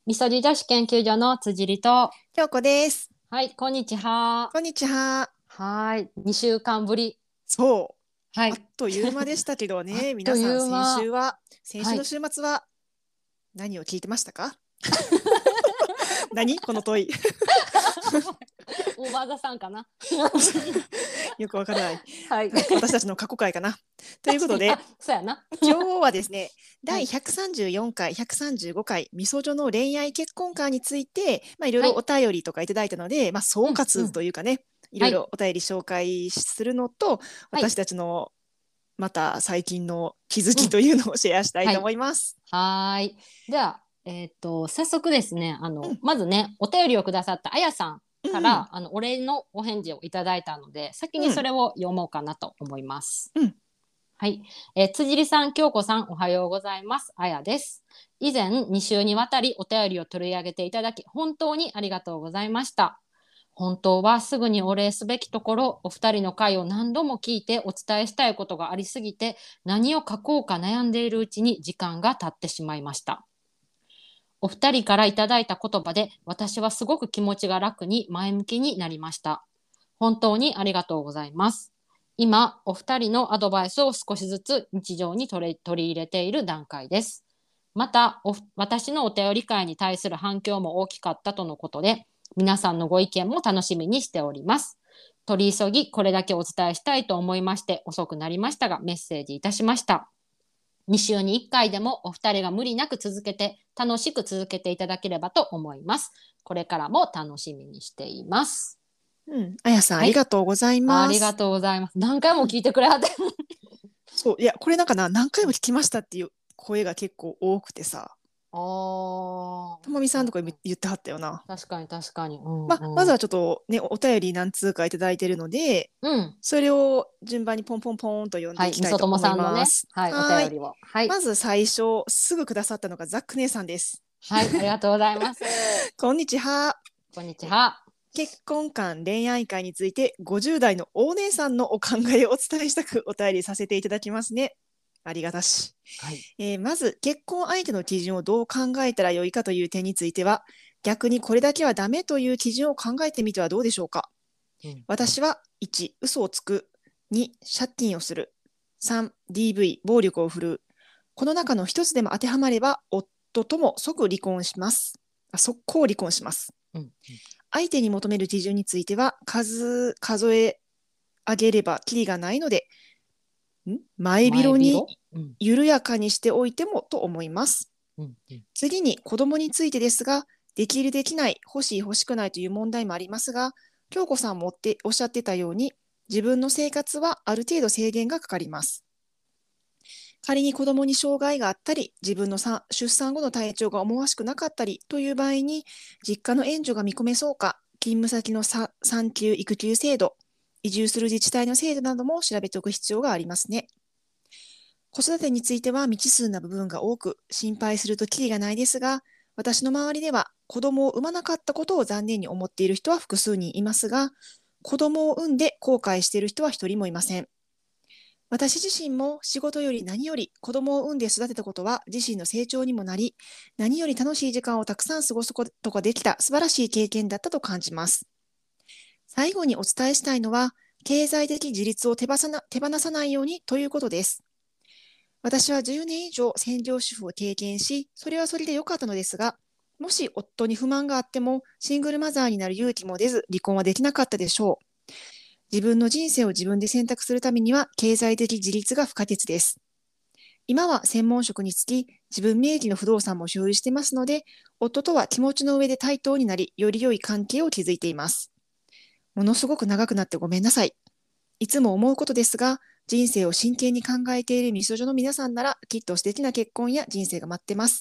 みそじ女子研究所の辻里と、 京子です。 はい、こんにちは。 こんにちは。 はい、2週間ぶり。 そう。あっはい。 という間でしたけどあっね、皆といさんう間。 先週のはい。 週末は何を聞いてましたか？何この問い。 大場田さんかな。 よくわからない。 はい。 私たちの過去回かな。という確かに、あ、 ことで、 そうやな。 今日はですね、第はい。 134回、135回、みそじの恋愛結婚観について、いろいはい。 ろお便りとかいただいたので、総うん、う括ん。 というかね、いろいはい。 ろお便り紹介するのと、私はい。 たちのまた最近の気づうん。 きというのをシェアしたいと思はい。 います。 はーい。では、早速ですね、 うん、 まずね、お便りをくださったあやさんうん、 から、お礼のお返事をいただいたので、先にうん、 それを読もうかなと思います。 うん、 はい、辻里さん、京子さん、おはようございます。あやです。以前、2週にわたりお便りを取り上げていただき、本当にありがとうございました。本当はすぐにお礼すべきところ、お二人の回を何度も聞いてお伝えしたいことがありすぎて、何を書こうか悩んでいるうちに時間が経ってしまいました。お二人からいただいた言葉で、私はすごく気持ちが楽に前向きになりました。本当にありがとうございます。今、お二人のアドバイスを少しずつ日常に取り入れている段階です。また、私のお便り会に対する反響も大きかったとのことで、皆さんのご意見も楽しみにしております。取り急ぎこれだけお伝えしたいと思いまして遅くなりましたがメッセージいたしました。2週に1回でもお二人が無理なく続けて楽しく続けていただければと思います。これからも楽しみにしています。 うん。あやさん、ありはい。 がとうございあます。 りがとうございます。何回もうん。 聞いてくれはって。 そう、いや、これなんかな、何回も聞きましたっていう声が結構多くてさ、 ああ、 ともみさんとかうんうん、 言ってはったよな。 確かに確かに。うんまずうん。 はちょっとね、お便り何通かいただいてるので、 うん。 それを順番にポンポンポンと読んではい。 いきみそともたいと思いさんのね、 ます。 はい、おはい。 便りを。はい。 まず最初、すぐくださったのがザック姉さんです。 はい。ありがとうございます。 こんにちは。 こんにちえは。 結婚観、恋愛観について50代の大姉さんのお考えをお伝えしたくお便りさせていただきますね。ありがたし。 はい。 まず、結婚相手の基準をどう考えたらよいかという点については、逆にこれだけはダメという基準を考えてみてはどうでしょうか。 うんうん。 私は1、嘘をつく。2、借金をする。3、DV、暴力を振るう。この中の一つでも当てはまれば、夫とも即離婚します。速攻離婚します。 うん相手に求める基準については数え上げればきりがないので、前広に前広。うん。 緩やかにしておいてもと思います。 うんうん。 次に子供についてですが、できるできない、欲しい欲しくないという問題もありますが、京子さんもおっしゃってたように、自分の生活はある程度制限がかかります。仮に子供に障害があったり、自分の出産後の体調が思わしくなかったりという場合に、実家の援助が見込めそうか、勤務先の産休育休制度、移住する自治体の制度なども調べておく必要がありますね。子育てについては未知数な部分が多く、心配するときりがないですが、私の周りでは子供を産まなかったことを残念に思っている人は複数人いますが、子供を産んで後悔している人は一人もいません。私自身も仕事より何より子供を産んで育てたことは自身の成長にもなり、何より楽しい時間をたくさん過ごすことができた素晴らしい経験だったと感じます。最後にお伝えしたいのは、経済的自立を手放さないようにということです。私は10年以上専業主婦を経験し、それはそれで良かったのですが、もし夫に不満があっても、シングルマザーになる勇気も出ず、離婚はできなかったでしょう。自分の人生を自分で選択するためには、経済的自立が不可欠です。今は専門職につき、自分名義の不動産も所有していますので、夫とは気持ちの上で対等になり、より良い関係を築いています。ものすごく長くなってごめんなさい。いつも思うことですが、人生を真剣に考えているみそじの皆さんなら、きっと素敵な結婚や人生が待ってます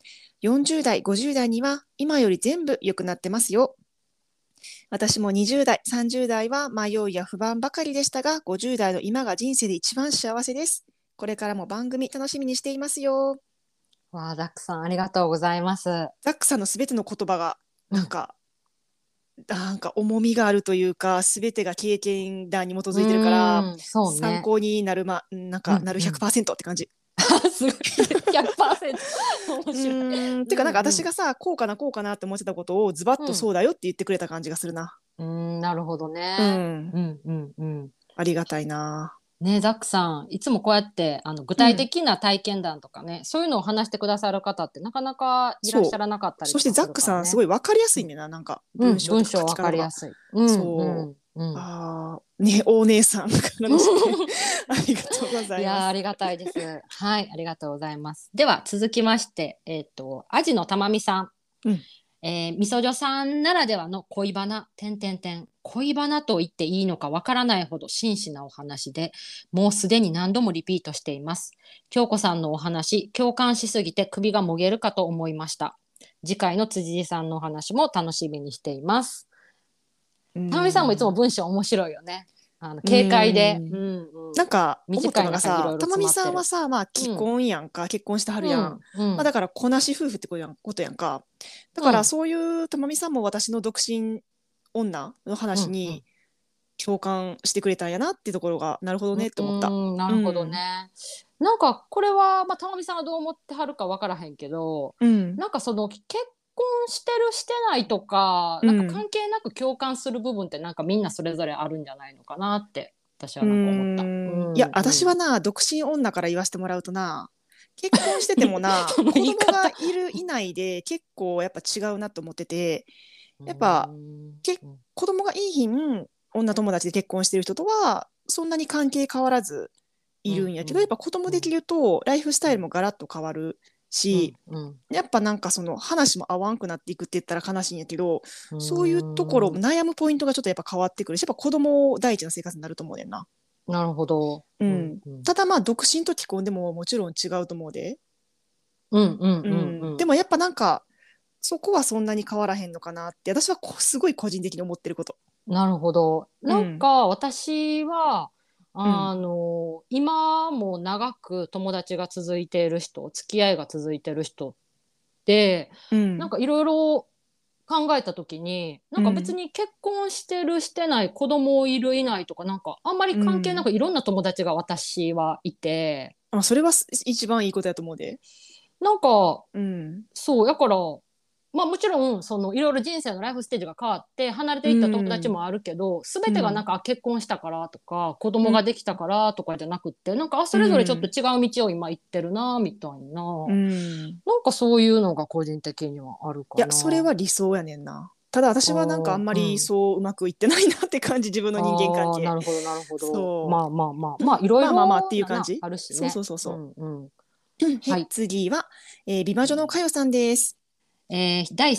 。40代、50代には今より全部良くなってますよ。私も20代、30代は迷いや不安ばかりでしたが、50代の今が人生で一番幸せです。これからも番組楽しみにしていますよ。 わあ、ザックさん、ありがとうございます。 ザックさんのすべての言葉が、 うん。 なんか重みがあるというか、すべてが経験談に基うづいてるから、 そうね。 参考になる、なんか、なるうんうん。 100%って感じ。 すごい。 100%面白い。 てかなんか私がさ、こうかなって思ってたことをズバッとそうだよって言ってくれた感じがするな。 なるほどね。 うんうんうんうん。 ありがたいな。 ね、ザックさん、いつもこうやって具体的な体験談とかね、そういうのを話してくださる方ってなかなかいらっしゃらなかったりそしてとかすザックさんするからね。 ごい分かりやすいんだよな、なんか文章とか書文章わき方が。 かりやすい。うんうそう。 んうん。 ね、お姉さんからの視点ありがとうございやー、あいます。 りがたいです。はい、ありがとうございます。では続きまして、アジのたまみさん。 うん。 みそじょさんならではの恋バナ、恋バナと言っていいのかわからないほど真摯なお話で、もうすでに何度もリピートしています。京子さんのお話、共感しすぎて首がもげるかと思いました。次回の辻井さんのお話も楽しみにしています。 うたまみさんもいつもん。 文章面白いよね。 う軽快で、 ん。なんか思った短いのがさ、 中にいろいろたまみ詰まってる。 さんはさ、まあ既婚やんか、結婚してはるやん。まあだからこなし夫婦ってことやんか。だからうん、 そういうたまみさんも私の独身女のうん、う話にん。 共感してくれたんやなっていうところが、なるほどねって思った。 なるほどうん。 ね。なんかこれは、まあ、たまみさんはどう思ってはるかわからへんけど、 うん。 なんかその結婚してるしてないとか、なんかうん。 関係なく共感する部分ってなんかみんなそれぞれあるんじゃないのかなって私うはなんか思った。 いや、私はな、独身女から言わせてもらうとな、結婚しててもな、 その子供が言い方。 いるいないで結構やっぱ違うなと思ってて、 うやっぱ、 んうん子供がいいひん女友達で結婚してる人とは、そんなに関係変わらずいるんやけど、やっうんぱ子供できうんると、ライフスタイルうんもガラッと変わるし、 うんうんやっぱなんかその話も合わんくなっていくって言ったら悲しいんやけど、 うそういうところ、 ん。 悩むポイントがちょっとやっぱ変わってくるし、やっぱ子供第一の生活になると思うねんな。 なるほど。 うん。 うんうんただまあ、独身と既婚でももちろん違うと思うで。 うんうんううんん。 うん。 でもやっぱなんか、そこはそんなに変わらへんのかなって、私はすごい個人的に思ってること。 なるほど。なんうん。 か私はうん。 今も長く友達が続いている人、付き合いが続いている人ってうん。 なんかいろいろ考えた時になんか別うん。 に結婚してるしてない子供いるいないとかなんかあんまりうん。 関係なくいろんな友達が私はいてあ、それは一番いいことやと思うで。 なんかうん。 そうだからまあもちろんそのいろいろ人生のライフステージが変わって離れうていった友達ん。 もあるけど全てがなんうん。 か結婚したからとか子うん。 供ができたからとかじゃなくってなんかうそれぞれちょっとん。 違う道を今行ってるなみたいなうん。 なんかそういうのが個人的にはあるいや、 かな。 それは理想やねんな。ただ私はなんかあんまりうん。 そううまくいってないなって感じ、自分の人間関ああ、な係。 るほど、なるほど。 そまあまあまあ、 う。 まあ、いろいまあまあまあっていうろなな、 感じ。 あるしそうそね。ううそうそんうん。 う。はい、 はい。 次は、美魔女のかよさんです。 第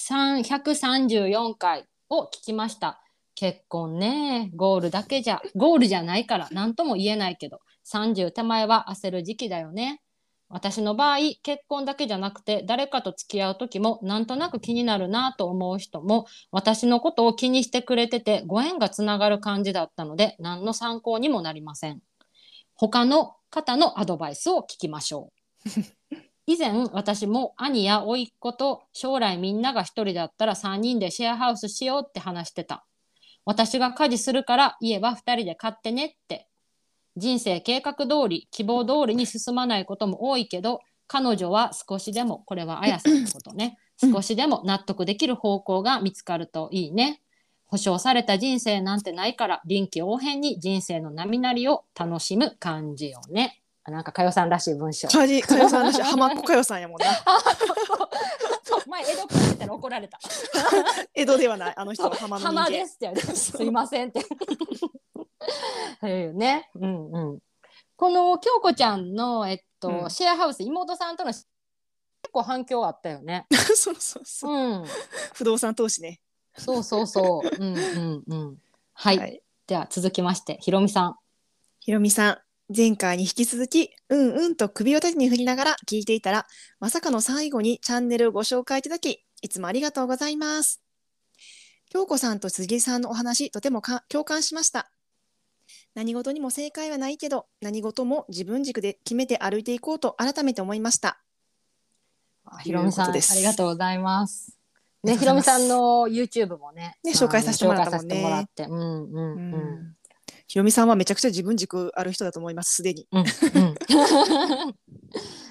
134回を聞きました。結婚ね、ゴールじゃないから何とも言えないけど、30手前は焦る時期だよね。私の場合、結婚だけじゃなくて、誰かと付き合う時もなんとなく気になるなと思う人も、私のことを気にしてくれてて、ご縁がつながる感じだったので、何の参考にもなりません。他の方のアドバイスを聞きましょう。以前私も兄や甥っ子と将来みんなが一人だったら3人でシェアハウスしようって話してた。私が家事するから家は2人で買ってねって。人生計画通り希望通りに進まないことも多いけど彼女は少しでもこれはあやさんのことねうん。 少しでも納得できる方向が見つかるといいね。保証された人生なんてないから臨機応変に人生の波なりを楽しむ感じよね。なんかかよさんらしい文章。 かよさんだし、浜っ子かよさんやもんな。 あ、そう前江戸から出たら怒られた。 江戸ではない、あの人そうは浜の人浜で間。 すって言われてそう。 すいませんってね、うんうん。この京子ちゃんの、 うん。 シェアハウス妹さんとの結構反響あったよね。 そうそうそう。 うん、 不動産投資ね。 そうそうそう、うんうんうん。はい。 はい。 では続きましてひろみさん。 ひろみさん。前回に引き続き、うんうんと首を縦に振りながら聞いていたら、まさかの最後にチャンネルをご紹介いただき、いつもありがとうございます。京子さんと杉さんのお話、とても共感しました。何事にも正解はないけど、何事も自分軸で決めて歩いていこうと改めて思いました。とひろみさいうことでんありがす。 とうございます。ね、 ありがとうございひろみさんます。 の YouTube もね、 ね、紹介させてもらったも紹介させてもらっんね。 て、うんううんうん。 ん。ひろみさんはめちゃくちゃ自分軸ある人だと思います、すでに。 うんうん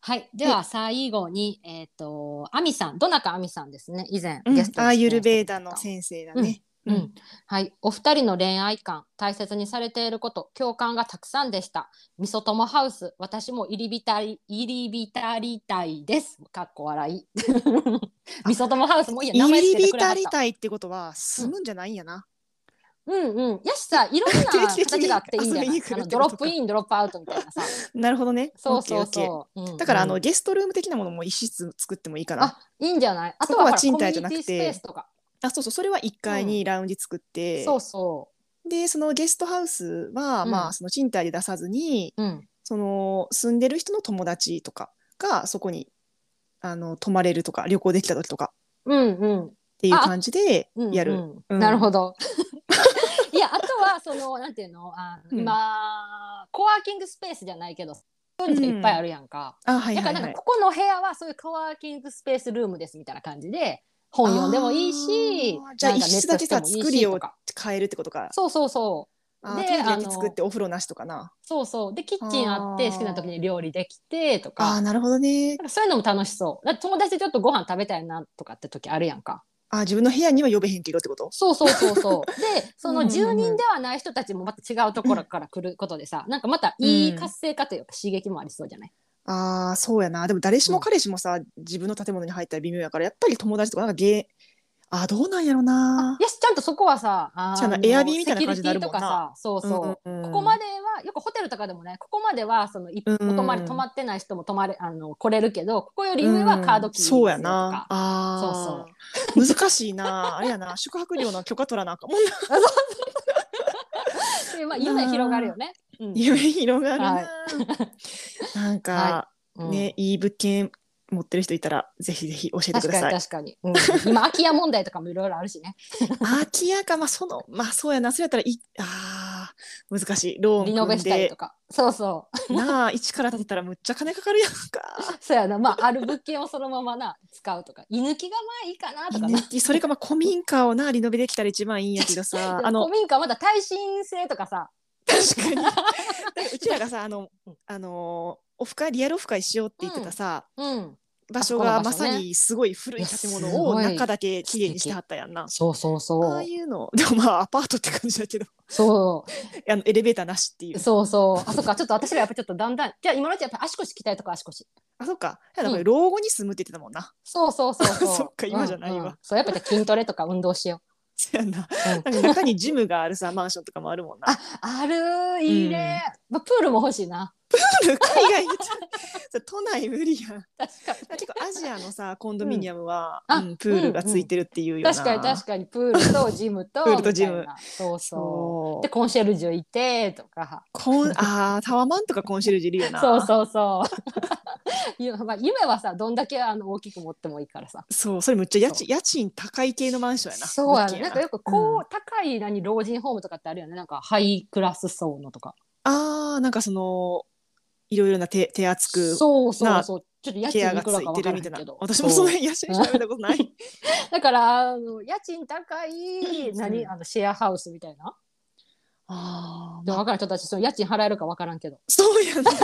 はい。では最後に、アミさん、どなかアミさんですね。以前うん、 ゲストアーユルに出演してベーダのくれた。 先生だうん。 ね。うん。 うん。はい。お二人の恋愛観、大切にされていること、共感がたくさんでした。みそともハウス、私も入り浸りたいです。かっこ笑い。みそともハウスもいいや、名前つけて入りくれはった。 浸りたいってことはうん。 住むんじゃないんやな。 うんうん。やしさ、いろん定期な的に形があっていいんじゃない？ 遊びに来るってドロップことか。 イン、ドロップアウトみたいなさ。 なるほどね。オッそうそうケーオッケそう。うー。だからんうん。 ゲストルーム的なものも一室作ってもいいかな。 あ、いいんじゃない？あそこはとはほら、 賃貸じゃなコミュニティスペースくて、 とか。 あ、そうそう、それは1階うん。 にラウンジ作っそうて、 そで、そのゲストハウスは、 う。うん。 まあ、その賃貸で出さずに、 うん。 その住んでる人の友達とかがそこに泊まれるとか、旅行できた時とかうんうん。 っていう感あ、 じでうんうやる。 ん。 うん。 なるほど。いや、あとは、なんていうの、 うん。 今、コワーキングスペースじゃないけど、そういうのとかいっぱいあうん。 るやんか。 あ、はいだから、 はいはい。 ここの部屋はそういうコワーキングスペースルームですみたいな感じで、本読んでもいいし、 ああ、じゃあなんかネッ一室だけさ、 トしてもいい作りをしとか。 変えるってことか。 そうそうそう。 ああ、トで、 イレだけ作ってお風呂なしとかな。 そうそう。で、キッチンあって好きな時あに料理できてとあ、ああ、 か、 なるほどね。 なんかそういうのも楽しそう。だって友達とちょっとご飯食べたいなとかって時あるやんか。 ああ、自分の部屋には呼べへんけどってこと？ そうそうそうそう。で、そうんの住うんうん人ではない人たちもまた違うところから来ることでさ、なんかまたうん。 いいうん。 活性化というか刺激もありそうじゃない？ ああ、そうやな。でも誰しもうん。 彼氏もさ、自分の建物に入ったら微妙やから、やっぱり友達とか、なんかああ、どうなんやろあ、 な。 よし、ちゃんとそこはさ、 じゃあな、エアビーみたいな感じになセキュリティるもんな。 とかさ、そううんそう。ここうんまでは、よくホテルとかでもね、ここまでは、 う泊んまってない人も泊まれ、来れるけど、ここよりう上はカーん、 ドキーいりそうますよとやな。 か。そうそああ、難しいな。あれやな、宿泊料の許可取らなあかんもんう。あで、まあ、夢広がるな。なあ、 よね。うん夢うん。 広がるな。 はい。 なんはい。 か、ね、 うん。 いい物件持ってる人いたら、ぜひぜひ教えてく確かにださい。 確かに。うん。今、空き家問題とかもいろいろあるしね。 空き家か、まあ、まあ、そうやな、そうやったら難しい。ローンリノベし組んで、 たりとか。そうそう。 なあ、一から建てたらむっちゃ金かかるやんか。 そうやな。まあ、ある物件をそのままな、使うとか。居抜きがまあいいかなとかな。 居抜き、それかまあ古民家をな、リノベできたら一番いいんやけどさ、 で古民家まだ耐震性とかさ。 確かに。なんかうちらがさ、 うん。 オフ会、リアルオフ会しようって言ってたさ、 うん。 場あそこの所がまさ場所ね。 にすごい古いや、 い建す物を中ごいだけ綺麗にしては素敵。 ったやんな。 そうそうああそう。 いうの、でもまあアパートって感じだけど、 そエレベーターなしっていう。 う。 そうそう。あ、そっか。ちょっと私らやっぱちょっとだんだん。じゃあ今のうちやっぱ足腰鍛えとか足腰。 あ、そっか。いやだからうん。 老後に住むって言ってたもんな。 そうそうそうそっそか、 う。う今じゃないわ。 んうん。そう、やっぱじゃあ筋トレとか運動しよそやな。 う。うん。 なんか中にジムがあるさ、マンションとかもあるもんな。 あ、あるういいね。 ん。 まあ、プールも欲しいな。 海外めっちゃ、それ都内無理やん。 確かに。 結構アジアのさ、コンドミニうん。 アムは、うあ、 ん、プールがついうんうん。 てるっていうよ確かに確な。 かにプールとジムプールととジム。 みたいな。そうそう。で、 そう。 コンシェルジュいてとか。 タワマンとかコンシェルジュいるよそうな。 そうそう。まあ、夢はさ、どんだけ大きく持ってもいいからさ。 そう、それむっちゃそう。 家賃高い系のマンションやな。 そうやね。 物件やな。 なんかよくうん。 高い老人ホームとかってあるよね。なんかハイクラス層のとか。 なんかいろいろな手厚くそうそうなそう。ちょっと家ケアがつ賃いくらか分いてるみたいな。 からへんけど。 私もそのそう。 辺家賃調べたことない。 だから家賃高いうん。 シェアハウスみたいな。でまあ、 分からん人たちその家賃払えるか分からんけど。 そうやな。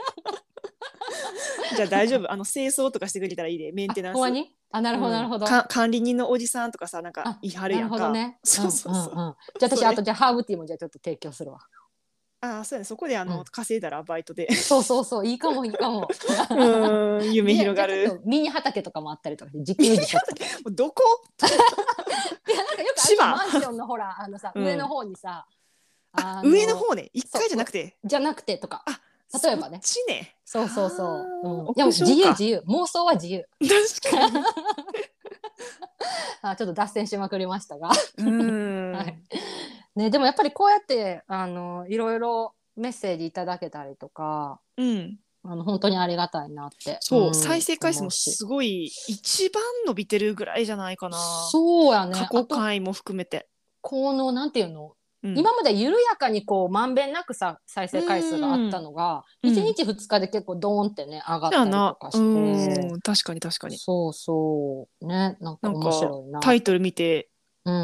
じゃあ大丈夫。清掃とかしてくれたらいいで、メンテナンス。 ほんまに？あ、なるほどなるうん。 ほど。 管理人のおじさんとかさ、なんかあ、 いはるなるやんか。 ほどね。 そううんうんそうそう。 うん。じゃあ私あとそれ。 じゃあハーブティーもじゃあちょっと提供するわ。 そうやね。そこでうん。 稼いだらバイトで。 そうそうそういいかもいいかも。 夢でじゃあちょっ広がる。 とミニ畑とかもあったりとか自ミニ給自足とか。 もうどこ？ いやなんかよくあるやん千葉？ マンションのほらうん。 上の方にさ上の方ね。1階じゃそうなくて。 じゃなくてとかあ、そっ例えばね。 ちね。 そうそうそう。うん。いや屋もう自上か。 由自由。妄想は自由。 確かに。 ちょっと脱線しまくりましたが。 うはい。 ーん。 ね、でもやっぱりこうやっていろいろメッセージいただけたりとか、 うん。 本当にありがたいなって、うそう、再ん、 生回数も思うし。 すごい、一番伸びてるぐらいじゃないかな。 そうや過ね。あと、 去回も含めて。 なんていうの、 うん。 今まで緩やかにまんべんなくさ、再う生回数があっーん。 たのが、1 うん。 日2日で結構ドーンってね、上がったりとじゃあな、 かして、 確かに確かに。 そうそう、ね、なんか面なんか、 白いなタイトルと。 見て、 うん。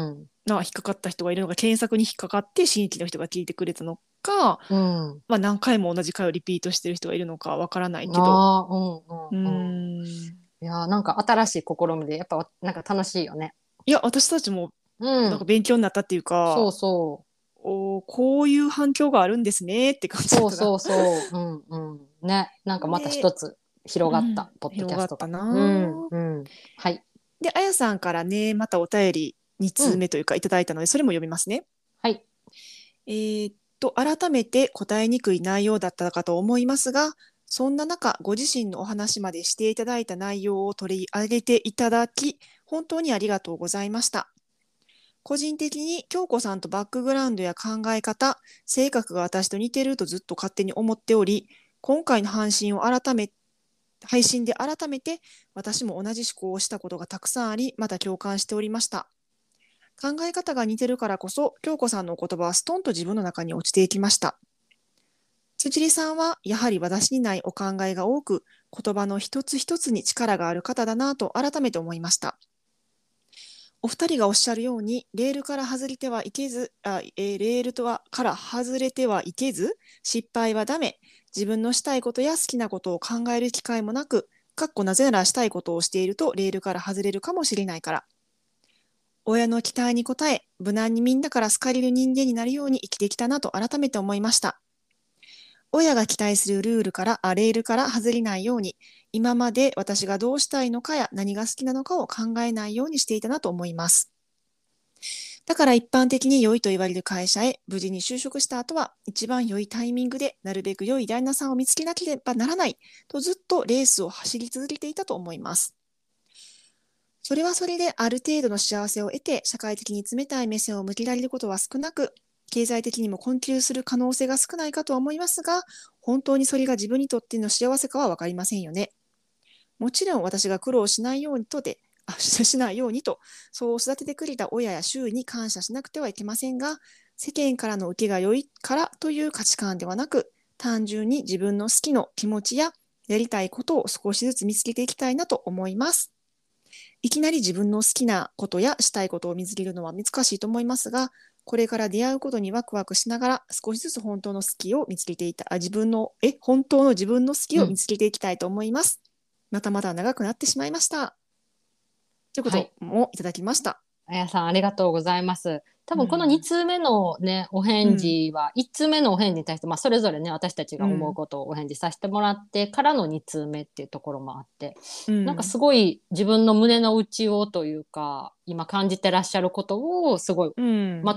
引っかかった人がいるのか、検索に引っかかって新規の人が聞いてくれたのか、 うん。 何回も同じ回をリピートしてる人がいるのかわからないけど、 ああ、うんうーうんうん。 ん、 いやー、なんか新しい試みで、やっぱなんか楽しいよね。 いや私たちもうん。 勉強になったっていうそうか、 そう。 こういう反響があるんですねって感じだったな。 そうそうそう。うんうん。ね。なんかまた一で、 つ広がった、ポッドキ広がったャストが。うんな。 うん。はい。 で、あやさんからね、またお便り2 うん。 通目というかいただいたので、それも読みますね。 はい。 改めて答えにくい内容だったかと思いますが、そんな中、ご自身のお話までしていただいた内容を取り上げていただき、本当にありがとうございました。個人的に京子さんとバックグラウンドや考え方、性格が私と似てるとずっと勝手に思っており、今回の配信で改めて私も同じ思考をしたことがたくさんあり、また共感しておりました。考え方が似てるからこそ、京子さんのお言葉はストンと自分の中に落ちていきました。辻さんはやはり私にないお考えが多く、言葉の一つ一つに力がある方だなと改めて思いました。お二人がおっしゃるように、レールから外れてはいけず、レールとはから外れてはいけず、失敗はダメ、自分のしたいことや好きなことを考える機会もなく、なぜならしたいことをしているとレールから外れるかもしれないから。親の期待に応え、無難にみんなから好かれる人間になるように生きてきたなと改めて思いました。親が期待するレールから外れないように、今まで私がどうしたいのかや何が好きなのかを考えないようにしていたなと思います。だから一般的に良いと言われる会社へ無事に就職した後は、一番良いタイミングでなるべく良い旦那さんを見つけなければならないとずっとレースを走り続けていたと思います。それはそれである程度の幸せを得て、社会的に冷たい目線を向けられることは少なく、経済的にも困窮する可能性が少ないかとは思いますが、本当にそれが自分にとっての幸せかは分かりませんよね。もちろん私が苦労しないようにしないようにと、そう育ててくれた親や周囲に感謝しなくてはいけませんが、世間からの受けが良いからという価値観ではなく、単純に自分の好きな気持ちややりたいことを少しずつ見つけていきたいなと思います。いきなり自分の好きなことやしたいことを見つけるのは難しいと思いますが、これから出会うことにワクワクしながら少しずつ本当の好きを見つけていた、本当の自分の好きうん。 を見つけていきたいと思います。またまた長くなってしまいました。というこはい。 ともいただきました。 あやさん、ありがとうございます。多分この2 うん。 通目のね、お返うん。 事は、1通目のお返事に対して、まあ、それぞれね、私たちが思ううん。 ことをお返事させてもらってからの2通目っていうところもあって、なんかうん。 すごい自分の胸の内をというか、今感じてらっしゃることをすごい、 うん。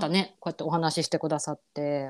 またね、こうやってお話ししてくださって、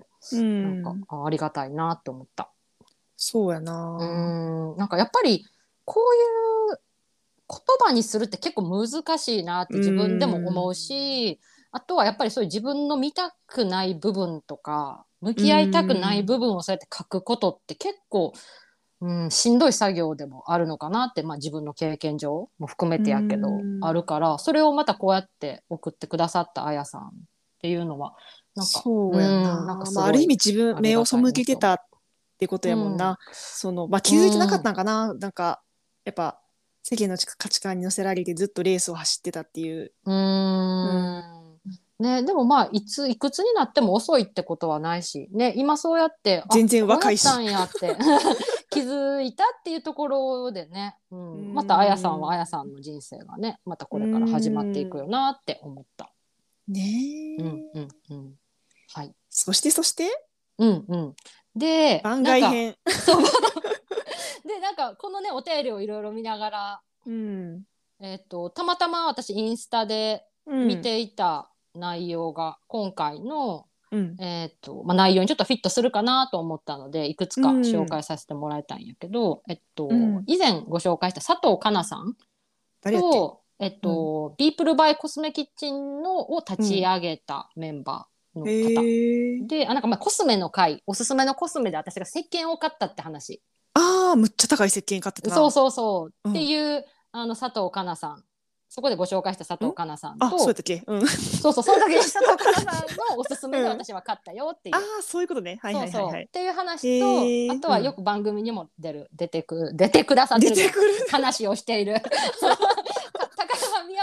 うなんかん。 ありがたいなって思った。 そうやうな。 ーん、なんかやっぱりこういう言葉にするって結構難しいなってう自分でも思ん。 うし、あとはやっぱりそういう自分の見たくない部分とか向うき合いたくないん。 部分をそうやって書くことって結構、しんどい作業でもあるのかなって、まあ、自分の経験上も含めうてやけどあん。 るから、それをまたこうやって送ってくださったあやさんっていうのはなんかそうやなんかな。まあ、ある意すごい味目を背ありがたいなと思けてたってことう。 やもんな。 う気づいてなかっんたんかな。やっぱ、世間の価値観に乗せられてずっとレースを走ってたっていう。 ううん。 ーん。ね、でもまあいくつになっても遅いってことはないし、ね、今そうやって全然こうや若いし。 ったんやって気づいたっていうところでね、 うまたあやさんはん。 あやさんの人生がねまたうこれから始まっていくよん。 なって思った。 ねうんうえ。 んうん。はい。 そして、 うんうん。で番なんか外編。 そうでなんかこのねお便りをいろいろ見ながらうん。 たまたま私インスタでうん。 見ていた内容が今回の、 うん。 まあ、内容にちょっとフィットするかなと思ったのでいくつうか紹ん。 介させてもらいたいんやけど、 うん。 以前ご紹介した佐藤かなさん誰やっけ？ と、 うん。 ビープルバイコスメキッチンのを立うん。 ち上げたメンバーへの方え。 で、なんかまあコスメの回おすすめのコスメで私が石鹸を買ったって話。 ああ、むっちゃ高い石鹸買ってたな。 そうそうそうってうん。 いう佐藤かなさん、そこでご紹介した佐藤かなさんそうやっと、 たっけ？うん。 そうそう、その時に佐藤かなさんのおすすめでうん。 私は買ったよってあいう。 あ、そういうことね。はいそうはいはいはい。 そうっていう話と、 へえ、 あとうん。 はよく番組にも出てくださってるじゃない、 出てくる。 話をしている高山みや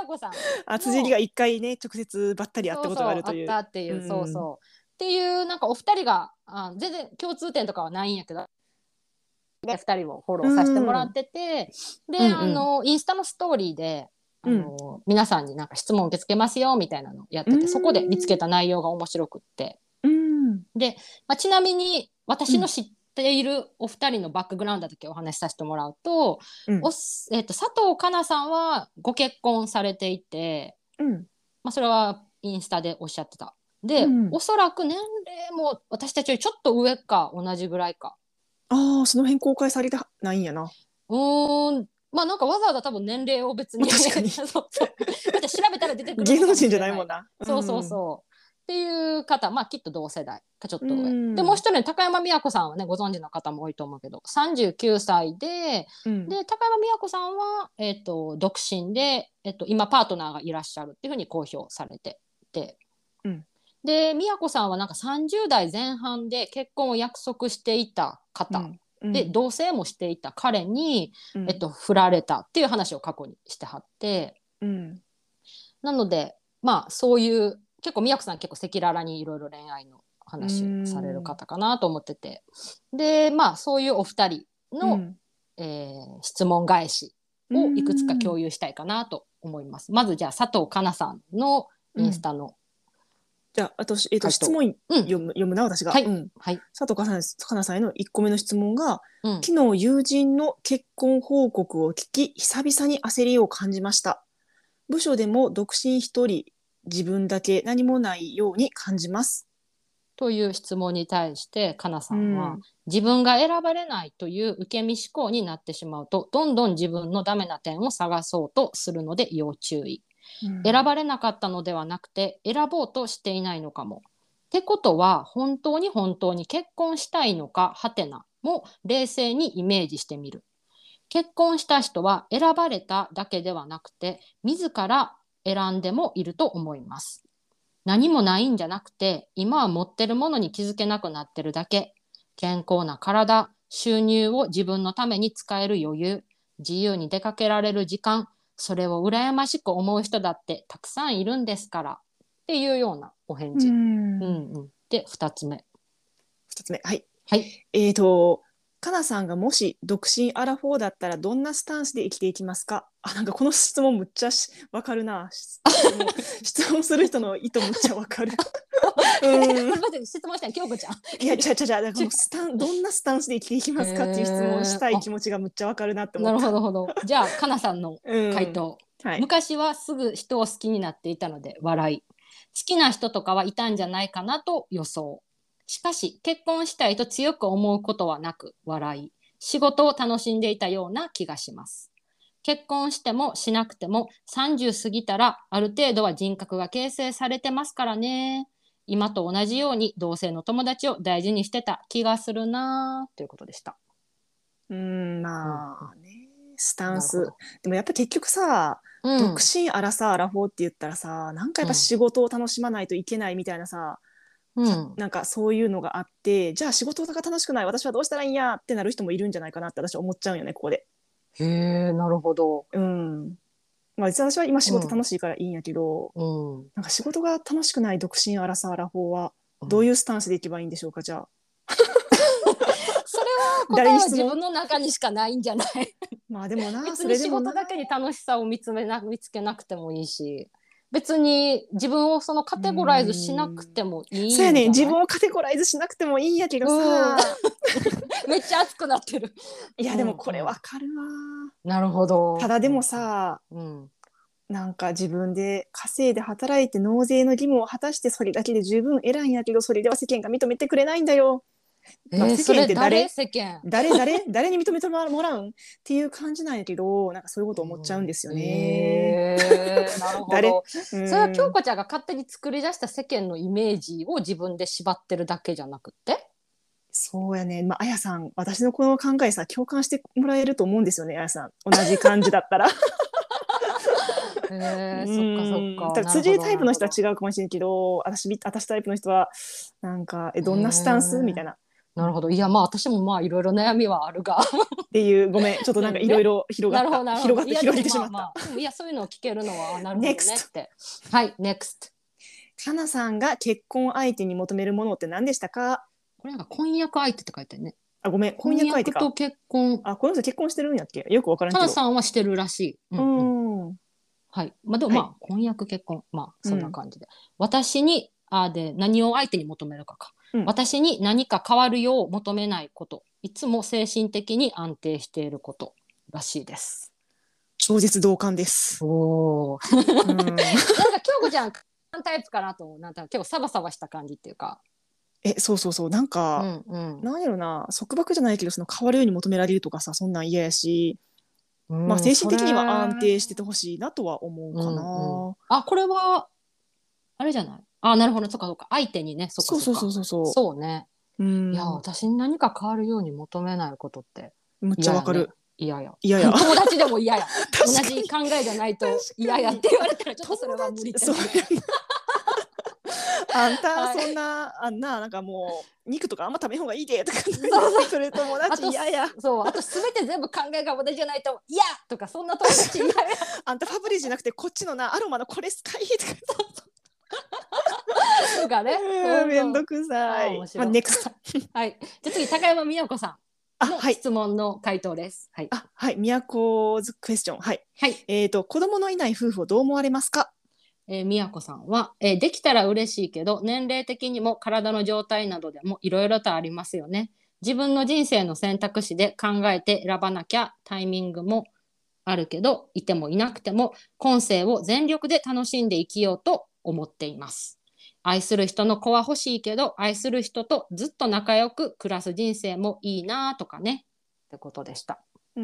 子さん辻里が一回ね直接ばったり会ったことがあるという。 あったっていう、そうそうっていうなんかお二人が全然共通点とかはないんやけど、2人をフォローさせてもらってて、で、インスタのストーリーで皆さんになんか質問受け付けますよみたいなのやってて、そこで見つけた内容が面白くって、で、ちなみに私の知っているお二人のバックグラウンドだけお話しさせてもらうと、佐藤かなさんはご結婚されていて、それはインスタでおっしゃってた。で、おそらく年齢も私たちよりちょっと上か同じぐらいか。 その辺公開されてないんやな。 なんかわざわざ多分年齢を別に確かにそうそうだって調べたら出てくる芸能人じゃないもんな。 そうそうそうっていう方、きっと同世代かちょっと上、でもう一人の高山美和子さんはねご存知の方も多いと思うけど39歳で、で高山美和子さんは、独身で、今パートナーがいらっしゃるっていうふうに公表されてて、で美和子さんはなんか30代前半で結婚を約束していた方、で同棲もしていた彼に、振られたっていう話を過去にしてはって、なのでそういう結構宮子さん結構赤裸々にいろいろ恋愛の話をされる方かなと思ってて、でそういうお二人の、質問返しをいくつか共有したいかなと思います。まずじゃあ佐藤かなさんのインスタの、 じゃあ私、質問読むな私が、佐藤かなさんへの1個目の質問が、昨日友人の結婚報告を聞き久々に焦りを感じました。部署でも独身一人自分だけ何もないように感じますという質問に対してかなさんは、自分が選ばれないという受け身思考になってしまうとどんどん自分のダメな点を探そうとするので要注意、選ばれなかったのではなくて選ぼうとしていないのかも。ってことは本当に結婚したいのかはてなも冷静にイメージしてみる。結婚した人は選ばれただけではなくて自ら選んでもいると思います。何もないんじゃなくて今は持ってるものに気づけなくなってるだけ。健康な体、収入を自分のために使える余裕、自由に出かけられる時間、それを羨ましく思う人だってたくさんいるんですからっていうようなお返事。で2つ目はい、かなさんがもし独身アラフォーだったらどんなスタンスで生きていきますか。なんかこの質問むっちゃわかるな。質問する人の意図むっちゃわかる。 質問したの京子ちゃん。 いやどんなスタンスで生きていきますかっていう質問したい気持ちがむっちゃわかるなって思った。 なるほど。じゃあかなさんの回答、昔はすぐ人を好きになっていたので笑い。好きな人とかはいたんじゃないかなと予想。しかし結婚したいと強く思うことはなく笑い。仕事を楽しんでいたような気がします。結婚してもしなくても30過ぎたらある程度は人格が形成されてますからね。今と同じように同性の友達を大事にしてた気がするなということでした。 スタンスでもやっぱ結局さ、独身アラサーアラフォーって言ったらさ、なんかやっぱ仕事を楽しまないといけないみたいなさ、なんかそういうのがあって、じゃあ仕事が楽しくない私はどうしたらいいんやってなる人もいるんじゃないかなって私は思っちゃうんよねここで。 へえ、なるほど。 実は私は今仕事楽しいからいいんやけど、なんか仕事が楽しくない独身アラサーアラフォーはどういうスタンスでいけばいいんでしょうか。じゃあそれは答えは自分の中にしかないんじゃないでもな、 別に仕事だけに楽しさを見つけなくてもいいし、別に自分をそのカテゴライズしなくてもいいんじゃない。 そうやね、自分をカテゴライズしなくてもいいんやけどさめっちゃ熱くなってる。 いやでもこれわかるわ。 なるほど。 ただでもさ、なんか自分で稼いで働いて納税の義務を果たしてそれだけで十分偉いんやけど、それでは世間が認めてくれないんだよ。世間って誰に認めてもらうんっていう感じなんやけど、なんかそういうこと思っちゃうんですよね。 なるほど。それは京子ちゃんが勝手に作り出した世間のイメージを自分で縛ってるだけじゃなくて。 そうやね。あやさん、私のこの考えさ共感してもらえると思うんですよね。あやさん、同じ感じだったら。 そっか。 辻タイプの人は違うかもしれんけど、私タイプの人はなんかどんなスタンスみたいな。 なるほど。いやまあ私もまあいろいろ悩みはあるがっていう、ごめん、ちょっとなんかいろいろ広がなるほどった、 なるほど。いやで広げもてしまった。 まあまあ、でもいやそういうのを聞けるのはなるほどね NEXT。 って。はい、NEXT。 かなさんが結婚相手に求めるものって何でしたか？ これなんか婚約相手って書いてるね。 あ、ごめん、婚婚約相手か。 約と結婚。 あ、この人結婚してるんやっけ、よくわからんかなけど。 さんはしてるらしい。ううーんうん。 ん。 はい。まあでもはい。 まあ婚約結婚まあそんなうん。 感じで。私にで何を相手に求めるかか。 うん。 私に何か変わるよう求めないこと。いつも精神的に安定していることらしいです。 超絶同感です。 おお。 うん。 なんか京子ちゃんタイプかなと思う。なんか結構サバサバした感じっていうか。 そうそうそう。なんうか、 んうん。 なんやろな、束縛じゃないけど、その変わるように求められるとかさ、そんなん嫌やし、まあうん、 精神それ、 的には安定しててほしいなとは思ううかんうん。 な。 あ、これは、あれじゃない。あ、なるほど、そっかそっか。相手にね、そっかそうそうそうそっか。 そうそそうね。 う。ういや、 ん。 私に何か変わるように求めないことってむっちゃ嫌やね。 わかる。 嫌や。 いやいや。 友達でも嫌や。同確かに。 じ考えじゃないと確かに。 嫌やって言われたらちょっと友それは無理って達、そうなるかやな。あんた、そんら。はい。 な、なんかもう、肉とかあんま食べん方がいいでとかそう言ってそう。 くる友あと、 達嫌や。 そう、あとすべて全部考えが私じゃないと嫌とか、そんな友達嫌や。 あんたファブリーじゃなくて、こっちのな、アロマのこれスカイとか。 とかね。そうめんどそう。 くさああ、 い。まあ、 面白い。 ネクスト。 はい。じゃあ次、高山美代子さあ、 んのはい。 質問の回答です。はい。 あ、はい。ミヤコズクエスチョン。はい。 はい。 子供のいない夫婦をどう思われますか？ みやこさんは、できたら嬉しいけど、年齢的にも体の状態などでもいろいろとありますよね。自分の人生の選択肢で考えて選ばなきゃタイミングもあるけど、いてもいなくても、今世を全力で楽しんで生きようと思っています。愛する人の子は欲しいけど、愛する人とずっと仲良く暮らす人生もいいなとかね。ってことでした。 うん。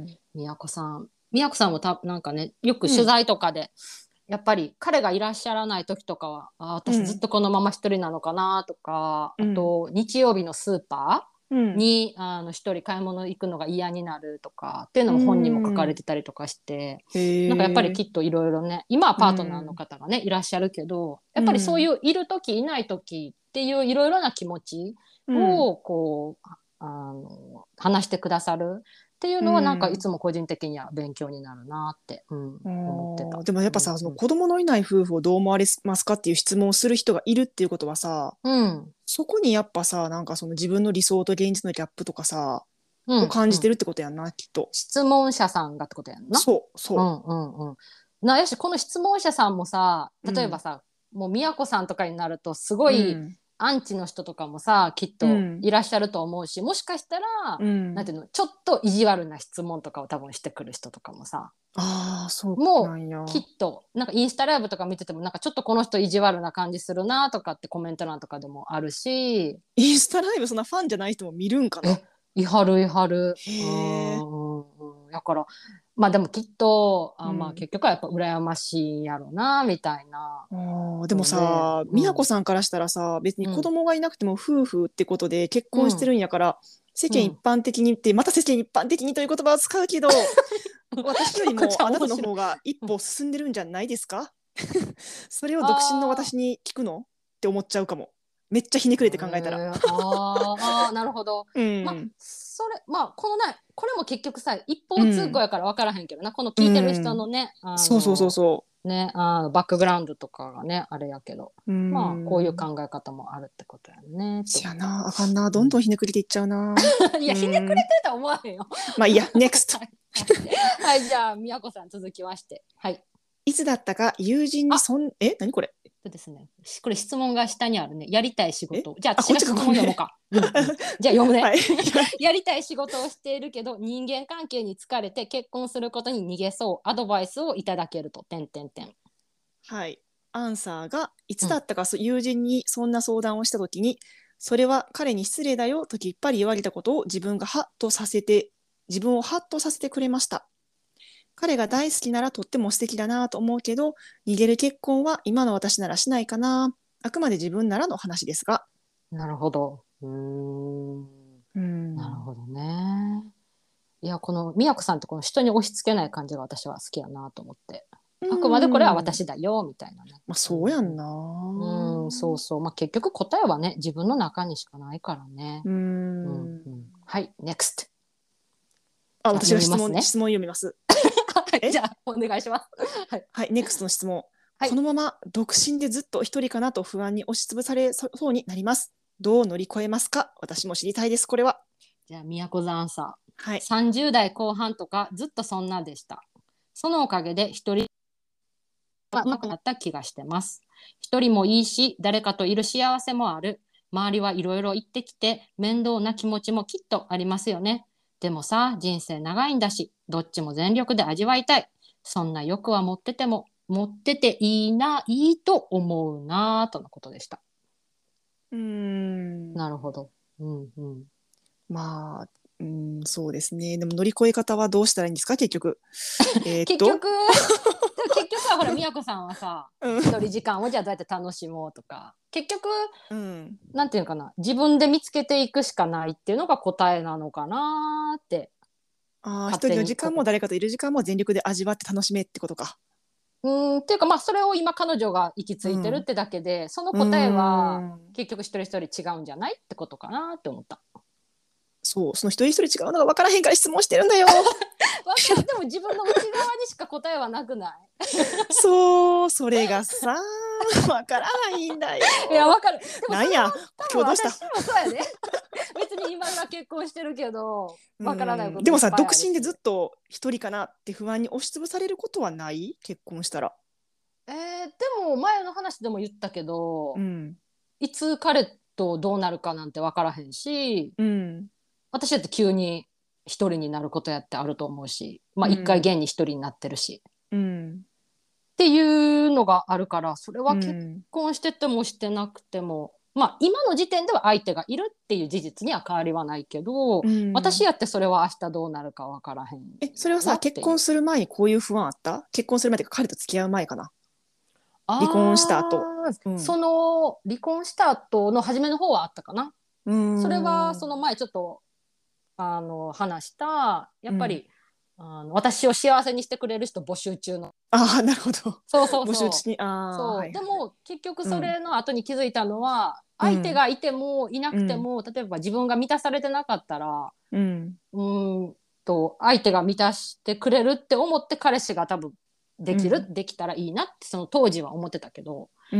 宮子さん。宮子さんもなんかね、よく取うん。 材とかで、やっぱり彼がいらっしゃらない時とかは、私ずっうん。 とこのまま一人なのかなとか、あうん。 と日曜日のスーパうん。 ーに一人買い物行くのが嫌になるとかっていうのうも本にも書かれん。 てたりとかして、なんかやっぱりへえ。 きっといろいろね、今はうパートナーのん。 方がねいらっしゃるけど、やっぱりそううん。 いういる時いない時っていういろいろな気持ちうん。 をこう話してくださるっていううのはなんかいん。 つも個人的には勉強になるなって、思ってた。 でもやっぱさ、その子供のいない夫婦をどう思われますかっていう質問をする人がいるっていうことはさ、 うん、 そこにやっぱさ、なんかその自分の理想と現実のギャップとかさ、をうん、うん。 感じてるってことやんな、きっと。 質問者さんがってことやんな。 そう、そうんうんうん。やし、この質問者さんもさ、 う。うん。 例えばさ、もう宮子さんとかになると、すごいうん。 アンチの人とかもさ、きっとうん。 いらっしゃると思うし、もしかしたら、 うん。 なんていうの、ちょっと意地悪な質問とかを多分してくる人とかもさ、 ああ、そうなもうんや。 きっと、なんかインスタライブとか見てても、なんかちょっとこの人意地悪な感じするなとかってコメント欄とかでもあるし、 インスタライブそんなファンじゃない人も見るんかな。 え、いはるいはる。 へえ。 だから、まあでもきっと、まあうん。 結局はやっぱ羨ましいんやろうな、みたいなでもので、 さ、 うん、 美和子さんからしたらさ、別にうん、 子供がいなくても夫婦ってことで結婚してるうん、 んやから、世間一うん。 般的にって、また世間一般的にという言葉を使うけど、私より京子ちゃんもあなたの面白い。 方が一歩進んでるんじゃないですか？それを独身のあ私に聞くのって思っちゃうかも。めっちゃひねくれて考えたら。 なるほど。 うまあ、 ん。 まあ、このね、これも結局さ、一う方通行ん。 やから分からへんけどな、このう聞いてる人のん。 ね、 そうそうそうそね、バックグラウンドとかがね、あれやけど、 う。うまあ、こういうん。 考え方もあるってことやね、って思った。 しやな、あかんな。どんどうん。 んひねくれていっちゃうな。 いや、 うひねくれん。 てるとは思わへんよ。 まあいいや、NEXT。 はい。はい、じゃあ、みやこさん続きまして。はい。 いつだったか友人にあ、 何これ？ ですね。これ質問が下にあるね。やりたい仕事。じゃあ、 こっちが私が質ごめん。 問読もうか。うんうん。じゃあ、読むね。 はい。 やりたい仕事をしているけど、人間関係に疲れて結婚することに逃げそう。アドバイスをいただけると。てんてんてん。 はい。アンサーが、いうん。 つだったか友人にそんな相談をしたときに、それは彼に失礼だよときっぱり言われたことを自分をハッとさせてくれました。彼が大好きならとっても素敵だなと思うけど、逃げる結婚は今の私ならしないかな。あくまで自分ならの話ですが。 なるほど。 うん。 なるほどね。いや、この、みやこさんってこの人に押し付けない感じが私は好きやなと思って。 あくまでこれは私だよみたいなね。 まあそうやんな。 そうそう。まあ結局答えはね、自分の中にしかないからね。はい、NEXT。 あ、 じゃあ私が読みますね。 質問読みます。 じゃあお願いします。はい。 はい、NEXT の質問。 はい。 このまま独身でずっと一人かなと不安に押しつぶされそうになります。どう乗り越えますか？私も知りたいです、これは。 じゃあ宮古さんさ、 はい。 30代後半とかずっとそんなでした。そのおかげで一人がうまくなった気がしてます。一人もいいし、誰かといる幸せもある。周りはいろいろ言ってきて、面倒な気持ちもきっとありますよね。でもさ、人生長いんだし、どっちも全力で味わいたい。そんな欲は持ってていいな、いいと思うな、とのことでした。 うーん。 なるほど。うんうん。 まあ、そうですね。でも乗り越え方はどうしたらいいんですか、結局。えーっと、 結局、結局はほら、宮子さんはさ、 うん。 一人時間をじゃあどうやって楽しもうとか、結局、 うん。 なんていうかな、自分で見つけていくしかないっていうのが答えなのかなって、 ああ、 勝一人の時間も手に誰かといる時間も全力で味わって楽しめってことか。 っていうかまあそれを今彼女が行き着いてるっうん。 てだけで、そのう答えはーん。 結局一人一人違うんじゃないってことかなって思った。 そう、その一人一人違うのが分からへんから質問してるんだよ。 わかる。でも自分の内側にしか答えはなくない？ そう、それがさ、分からないんだよ。 いやわかる。でもそれはなんや、 多分今日どうした？ 私もそうやで。別に今は結婚してるけどわからないこといっでもさ、独身でぱいあるし。 ずっと一人かなって不安に押しつぶされることはない？結婚したら。 でも前の話でも言ったけど、 うん。 いつ彼とどうなるかなんて分からへんし、 うん。 私だって急に一人になることやってあると思うし、まあ一回うん。 現に一人になってるしうん。 っていうのがあるから、それうは結ん。 婚しててもしてなくても、まあ今の時点では相手がいるっていう事実には変わりはないけど、 うん。 私やってそれは明日どうなるか分からへんそれはさ、結なっていう。 婚する前にこういう不安あった？結婚する前っていうか彼と付き合う前かな。離婚した後。 その離婚した後の初めの方はあったかな。 うーそれはそん。 の前ちょっと話したやうん。 っぱり私を幸せにしてくれる人募集中の。 ああ、なるほど。 そうそうそう募集中に、ああ、 そう。ではいはいはい。 も結局うん。 それの後に気づいたのは、相手うん。 がいてもいなうん。 くても、例えば自分が満たされてなかったら、 うん。 う相手が満たしてくれるって思って彼氏が多分うん。 できたらいいなってその当時は思ってたけど、 うん。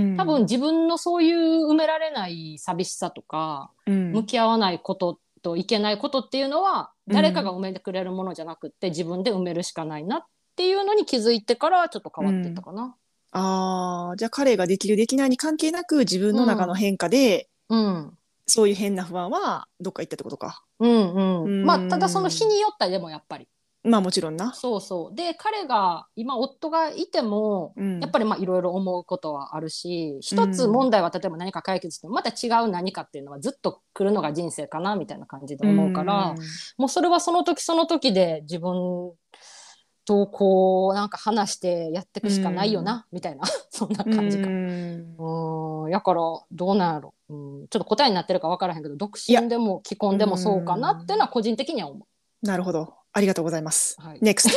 多分自分のそういう埋められない寂しさとか、 うん。 向き合わないことといけないことっていうのは、誰かが埋めてくれるものじゃなくって自分で埋めるしかないなっていうのに気づいてからちょっと変わっていったうん。 かな。 ああ、じゃあ彼ができるできないに関係なく自分うの中のん。 変化で、 うん。 そういう変な不安はどっか行ったってことか。 うんうーうん。まあ、ただその日ん。 によったでもやっぱり。 まあもちろんな。 そうそう。で、彼が、今夫がいても、 うん。 やっぱりまあいろいろ思うことはあるし、 う一つ問ん。 題は例えば何か解決しても、また違う何かっていうのはずっと来るのが人生かな、みたいな感じでう思うから、 ん。 もうそれはその時その時で自分とこう、なんか話してやっていうくしかないよん。 な、みたいな、そんなう感じか。 ん。 やから、どうなんやろ。ちょっと答えになってるか分からへんけど、独いや、 身でも既う婚でもそうかなっていうのん。 は個人的には思なるほど。ありがとうございます。 う。はい。 NEXT。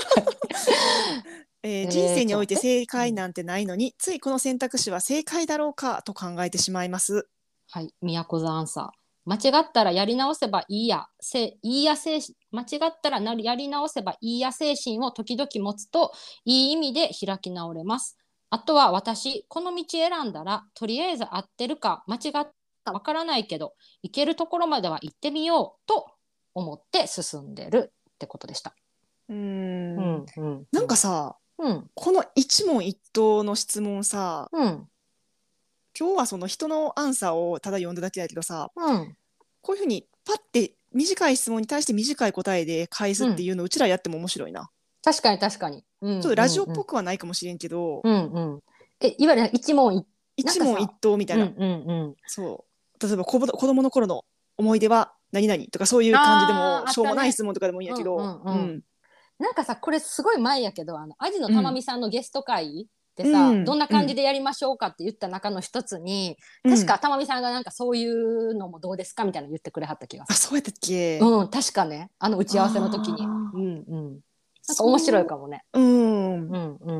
人生において待って。 正解うん。 なんてないのに、ついこの選択肢は正解だろうかと考えてしまいます。 はい。都座アンサー。間違ったらやり直せばいいや。いいや精神。間違ったらやり直せばいいや精神を時々持つと、いい意味で開き直れます。あとは私、この道選んだら、とりあえず合ってるか、間違ったわからないけど、行けるところまでは行ってみようと思って進んでるってことでした。 うーん。 うん、うん、 なんかうん。 さ、 うん、 この一問一答の質問さ、 うん、 今日はその人のアンサーをただ読んだだけだけどさ、 うん、 こういうふうにパッて短い質問に対して短い答えで返すうん。 っていうのうちらやっても面白いな。 確かに確かに。うん、 ちょっとラジオっうん、うん。 ぽくはないかもしれんけど、 うんうん。いわゆる一問一、なん一問一かさ、 答みたいな。 うんうんうん。 そう。例えば子供の頃の思い出は何々とかそういう感じでも、 ああ、あしょうもないったね。 質問とかでもいいんうんうやけど、 んうん。 うん。 なんかさ、これすごい前やけど、アジのうん。 たまみさんのゲスト会でうさ、どん。 んなうん。 感じでやりましょうかって言った中の一つに、 うん。 確かたまみさんがなんかそういうのもどうですかみたいなの言ってくれはった気があ、 する。 そうやったっけ？ うん、確かね。打ち合わせの時に。 ああー、 うんうん。なんか面白いそかもね。 う。うん。 うんうん。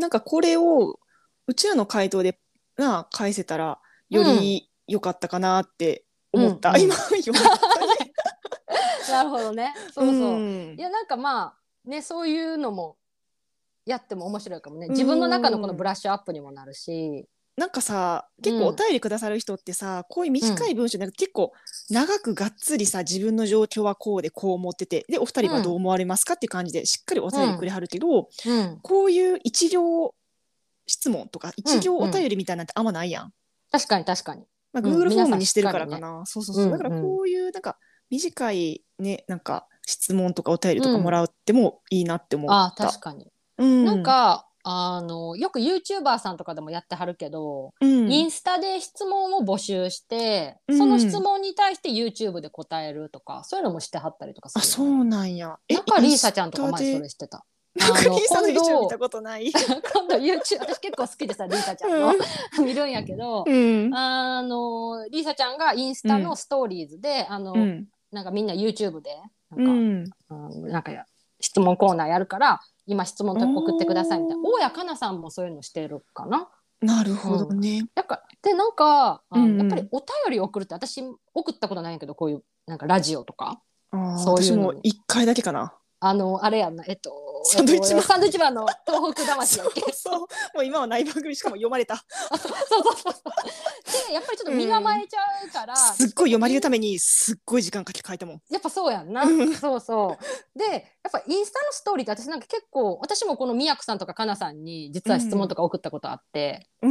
なんかこれをうちらの回答で返せたらより良かったかなって思った、 うんうん今読んだねなるほどね。そうそう。 んいやなんかまあねそういうのもやっても面白いかもね。 う自分の中のこのブんラッシュアップにもなるし。 なんかさ結構おうん便りくださる人ってさこういう短うんい文章で結構長くがっつりさ自分の状況はこうでこう思っててでお二人はどう思われますかっていう感じでしっかりお便りくれはるけど、 うんこういう一行質問とか一行おうんうん便りみたいなんてあんまないやん。 確かに確かに。 まあ、 うん Google フォーム皆さんにしてるからしっかりね。 かな。そうそうそう。だからうんうんこういうなんか短いね、なんか質問とかお便りとかもうん。 らってもいいなって思っああ確た。 かに。 うなんん。 かよく YouTuber さんとかでもやってはるけど、 うん。 インスタで質問を募集してうその質ん。 問に対して YouTube で答えるとかそういうのもしてはったりとかあ、 するよね。 そうなんや。 中インリーサちゃんとかスタ前そで。 れしてた。 なんかリーサの今 YouTube 見た度ことない。 今度 YouTube 私結構好きでさリーサちゃんのうん。 見るんやけどうん。 リーサちゃんがインスタのうん。 ストーリーズでうん。 なんかみんな YouTube でなんか、 うん。 なんか質問コーナーやるから今質問お送ってくださいみたいな大ー。 谷かなさんもそういうのしてるかな。 なるほどうん、 ね。 だからでなんかやっぱりうんうん。 お便り送るって私送ったことないんやけどこういうなんかラジオとかああ、 そういうのに私も一回だけかな。 あれやんなサンドイッチマン。 サンドイッチマンの東北そう魂やっけそう。もう今はない番組しかも読まれた。 そうそうそうそうでやっぱりちょっと身構えちゃうからすっごい読まれるためにすっごい時間かけ書いたもん。 やっぱそうやんな。 うんそうそうでやっぱインスタのストーリーって私なんか結構私もこのみやくさんとかかなさんに実は質問とか送ったことあって、 うん。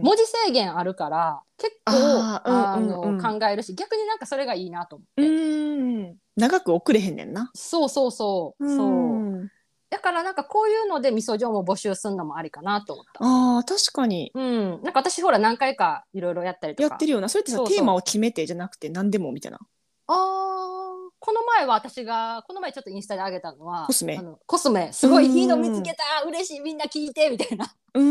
文字制限あるから結構ああ、うんうんうん。 考えるし逆になんかそれがいいなと思っうて。 ん。長く送れへんねんな。 そうそうそううそうん。 だからなんかこういうので味噌状も募集するのもありかなと思った。 ああ、確かに。 うんなんか私ほら何回かいろいろやったりとか。 やってるよな。それってさ、テーマをそうそう決めてじゃなくて何でもみたいな。 この前は私がこの前ちょっとインスタで上げたのはコスメ。 コスメすごいいいの見つけた嬉しいみんな聞いてみたいなうん。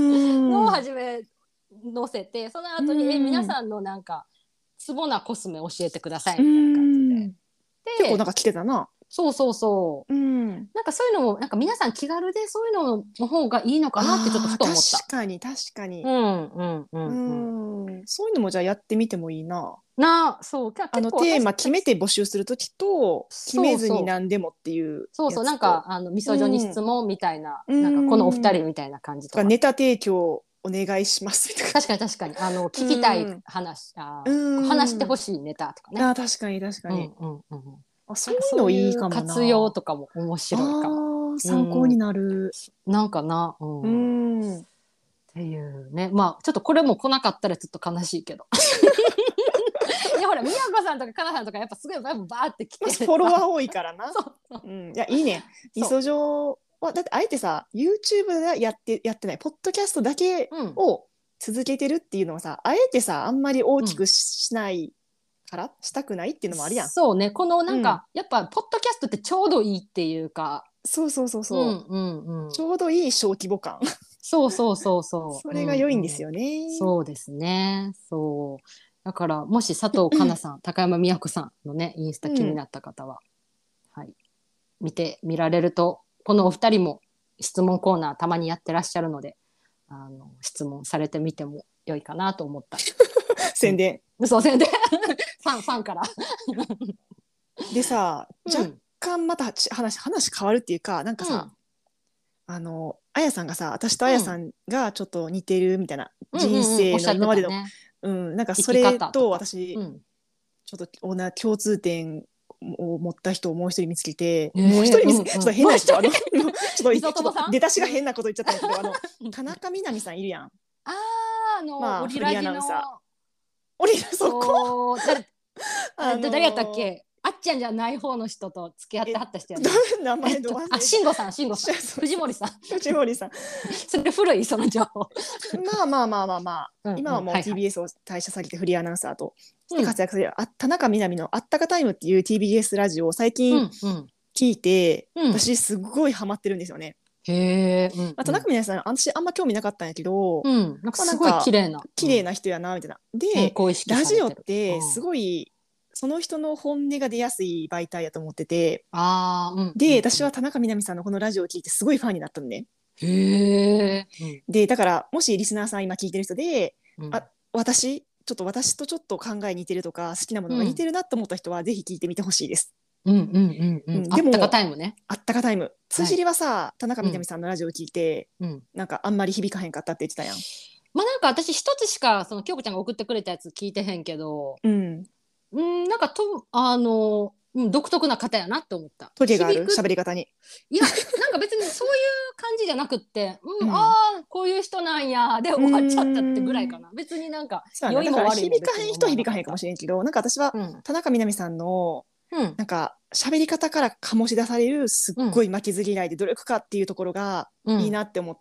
のをうん。 初め載せてその後に皆さんのなんかツボなコスメ教えてくださいみたいな感じで。で結構なんか来てたな。 そうそうそううん。 なんかそういうのもなんか皆さん気軽でそういうのの方がいいのかなってちょっとああ、 ふと思った。 確かに確かに。 うんうんううんうん。 ん。そういうのもじゃあやってみてもいいな。 そう結構テーマ決め私たちて募集するときと決めずにそうそう何でもっていうそうそうなんやつと、 か味噌女に質問みたいな、 うなんかこのお二ん、 人みたいな感じととかかネタ提供お願いしますとか、 確かに確かに聞きたい話話してほしいネタとかね。 確かに確かに、 うんうんうん。 そういうなんかそうのいいかもいう活用な。 とかも面白いかも。 参考にうん、 なる。 なんかな、 うっん。 ていうね。まあちょっとこれも来なかったらちょっと悲しいけど。いやほら宮子さんとかかなさんとかやっぱすごいバーって来てフォロワー多いからな。 そうそういやいいね。みそ状はだってあえてさ YouTube でやってないポッドキャストだけうんを続けてるっていうのはさあえてさあんまり大きうんくしないからしたくないっていうのもあるやん。 そうねこのなんうん。 かやっぱポッドキャストってちょうどいいっていうかそうそうそううんそう。 うんうんちょうどいい小規模感。 そうそうそうそう。 それがうんうん。 良いんですよね。 そうですね。そう。だからもし佐藤かなさん、高山美和子さんのねインスタ気にうん。 なった方は、はい、見られるとこのお二人も質問コーナーたまにやってらっしゃるので、質問されてみても良いかなと思った。 宣伝。 嘘宣伝ファンから。 でさ、若うん干また話変わるっていうか、なんかさ、あやさんがさ、私とあやさんがちょっと似てるみたいな、人おっ生しゃっての今までの、 たね。 なんか生きそれ方とか。 と私、ちょっと共通点を持った人をもう一人見つけて、もう一人ちょっと変な人、ちょっと出だしが変なこと言っちゃったんだけど、田中みな実さんいるやん。まあ、 オリフリーラジのアナウンサー。そこ誰やったっけあっちゃんじゃない方の人と付き合ってはった人やね。 名前ど忘れた。 慎吾さん藤森さん藤森さん。 それ古いその情報。 まあ、今はもう TBS を退社されてフリーアナウンサーとして活躍される、田中みな実のあったかタイムっていう TBS ラジオを最近聞いて、私すごいハマってるんですよね。 へえ。 田中みな実さん私あんま興味なかったんやけど、 なんかすごい綺麗な人やなみたいな。でラジオってすごいその人の本音が出やすい媒体やと思ってて、で私は田中みな実さんのこのラジオを聞いてすごいファンになったのね。 へえ。 でだからもしリスナーさん今聞いてる人で、 うん私とちょっと考え似てるとか好きなものが似てるなと思った人はぜひ聞いてみてほしいです。 うんうんうんうん。あったかでもタイムね。 あったかタイムはい。 辻りはさ田中みな実さんのラジオを聞いて、 うん。 なんかあんまり響かへんかったって言ってたやん。 まあなんか私一つしかその京子ちゃんが送ってくれたやつ聞いてへんけど、 うん。 なんか独特な方やなって思った。 トゲがある響く。 喋り方に。 いや、なんか別にそういう感じじゃなくって、あうん。 あ、こういう人なんや、でう終わっちゃったってぐらいーん。 かな。別になんか、 そうやな。 良いもだから悪いも別響かへんに思わ人は響かへんかもなかった。 しれんけど、なんか私はうん、 田中みな実さんのうん、 なんか喋り方から醸し出されるすっうん、 ごい負けず嫌いで努力家っていうところがうん、 いいなって思って、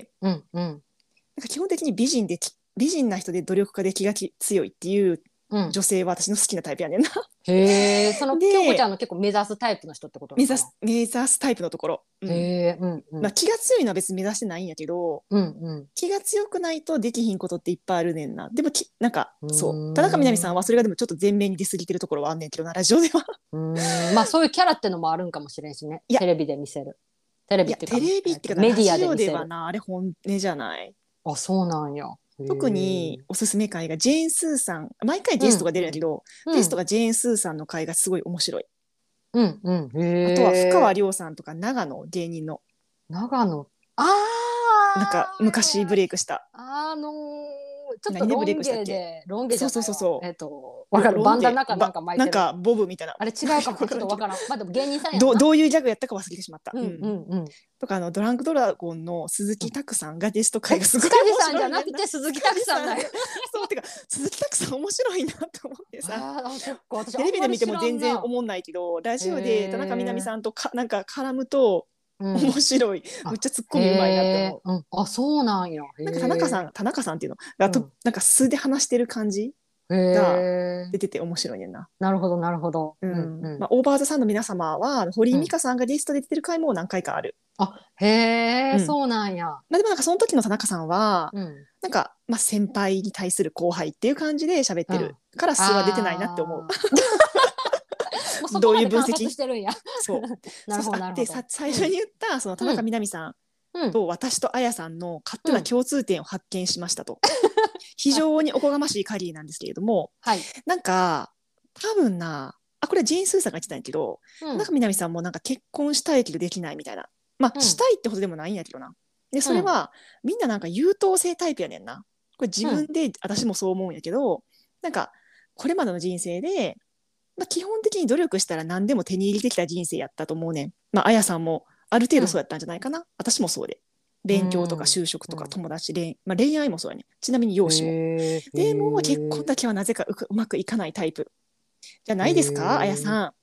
うん、うん、 なんか基本的に美人な人で努力家で気が強いっていううん。 女性は私の好きなタイプやねんな。 へえ、その京子ちゃで、 んの結構目指すタイプの人ってことなのかな。 目指すタイプのところ。うん。 へえ、うん、うん、 まあ気が強いのは別に目指してないんやけど、 うん、うん。 気が強くないとできひんことっていっぱいあるねんな。でもなんかうそう。田中みな実さんはーん。 それがでもちょっと前面に出過ぎてるところはあんねんけどな、ラジオでは。 まあそういうキャラってのもあるんかもしれんしね。 いや、 テレビで見せる。テレいや、 ビっていうか、 テレビっていうかな、 メディアラジオで見せる。 ではな、あれ本音じゃない。 あ、そうなんや。へ特にえ。 おすすめ回がジェーン・スーさん、毎回ゲストうん、 が出るんだけど、ゲストうん、 がジェーン・スーさんの回がすごい面白い。 うん、うん。 あとは深へえ。 川亮さんとか長野芸人の、 長野。 なんか昔ブレイクした。 ちょっと何でブレイロンクしたっけ？ ロン毛じそうゃないわ。 そうそうそわう。 かる。バンダロン毛、 ナかなんか巻いてる。 なんかボブみたいな。 あれ違うかも。 わからんけど。 ちょっとわからん。まあでも芸人さんやんな。 どういうギャグやったか忘れてしまった。 うん、ううん。 ん、うん。 とかドランクドラゴンの鈴木拓さんがゲストえ、 回がすごい塚地面さんじゃなく白いねんな。 て鈴木拓さんだよ。 そうてか鈴木拓さん面白いなと思ってさ。 そっか。私あテレビで見てんまり知も全然らんな。 思んないけど、ラへジオで田中みな実え。 さんとなんか絡むと面うん。 白い。むっあ、 ちゃツッコへミうまいなって思え。 う。 うん。あ、そうなんや。へなんかえ。 田中さんっていうのがうん。 なんか素で話してる感じへがえ。 出てて面白いねんな。 なるほど、なるほど。 ううん、うん。 ん。 まあ、オーバーザさんの皆様は、堀井うん。 美香さんがゲストで出てる回も何回かある。 あ、へえ、 うん。 そうなんや。 まあ、でもなんかその時の田中さんは、 うん。 なんか、まあ、先輩に対する後輩っていう感じで喋っうん。 てるから素は出てないなって思う。 ああ。もうそどういうこまで観察分析？ してるんや。 そう。 なるほど、なるほど。 最うん。 初に言ったその田中うん。 みな実さんうん。 と私とあやさんの勝手うん。 な共通点を発見しましたと。非はい。 常におこがましいカリーなんですけれども、 はい。 なんか多分なあ、これはジェーン・スーさんが言ってたんやけど、 うん。 田中みな実さんもなんか結婚したいけどできないみたいな、まあうん。 したいってほどでもないんやけどな。でそうん。 れはみんななんか優等生タイプやねんな。これ自うん。 分で私もそう思うんやけど、なんかこれまでの人生で、まあ、基本的に努力したら何でも手に入れてきた人生やったと思うねん。まあ、あやさんもある程度そうやったんじゃないかな。私もそうで。 う勉強とかん。 就職とかうん。 友達、まあ、恋愛もそうやね。ちなみに容へ姿も。 え。へでも結婚え。 だけはなぜかうまくいかないタイプ。じゃへないですか、あやえ。 さん。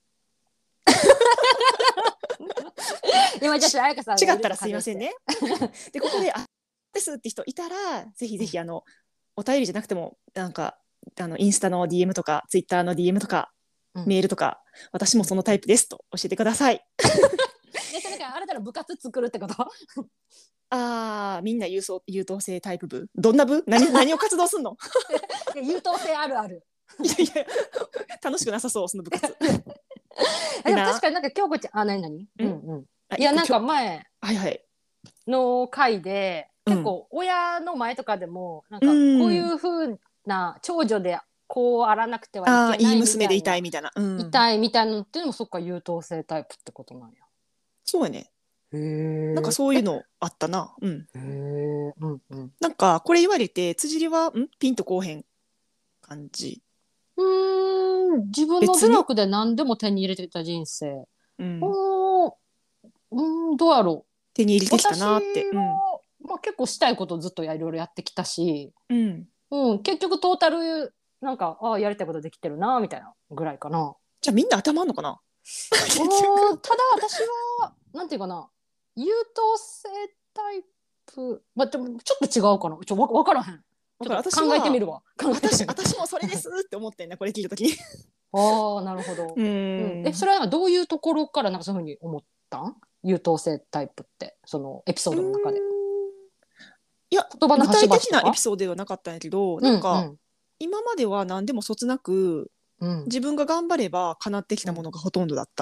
今じゃあ彩香さんがいる違ったらと仮定して。 すいませんね。で、ここで、ですって人いたら、ぜひぜひお便りじゃなくても、なんか、インスタの DM とか、ツイッターの DM とか、 うん。 メールとか、私もそのタイプですと教えてください。 それから新たな部活作るってこと？ みんな優等生タイプ部。どんな部？何を活動すんの？ 優等生あるある。 いやいや、楽しくなさそう、その部活。ででも確な、 かになんか京子ちゃん、何うんうん。いや、 一個なんか前はいはい。 の回で、 うん。 結構親の前とかでも、なんうかこういん。 う風な長女でこうあらなくてはいけいいないみ娘でたいな、 いたいみたいな。うん。 痛いみたいなのっていうのもそっか優等生タイプってことなんや。 そうやね。 へなんかえ。 そういうのあったな。うん。 へえ。うんうん。 なんか、これ言われて、辻りは、ピンとこうへん感じ。 自分の別に。 努力で何でも手に入れてきた人生。 うん。 おーどうやろ手に入れう。 てきた私なって。うん。 は、まあ、結構したいことずっといろいろやってきたし、 うん。 結局トータルなんかやりたいことできてるなみたいなぐらいかな。 じゃあみんな頭あんのかな？結局。 ただ私はなんていうかな、優等生タイプ、まあ、でもちょっと違うかな。わからへん。 だからちょっと考えてみるわ。考えてみる。 私もそれですって思ってんな、これ聞いたときに。 ああ、なるほど。 ううん。 ん。 それはどういうところからなんかそういうふうに思ったん？優等生タイプってそのエピソーうドの中で。 ん。いや、 言葉の具体端々とか。 的なエピソードではなかったんやけど、なんか、 うん今までは何でもそつなく、 うん自分が頑張れば叶ってきたものがほとんどだった。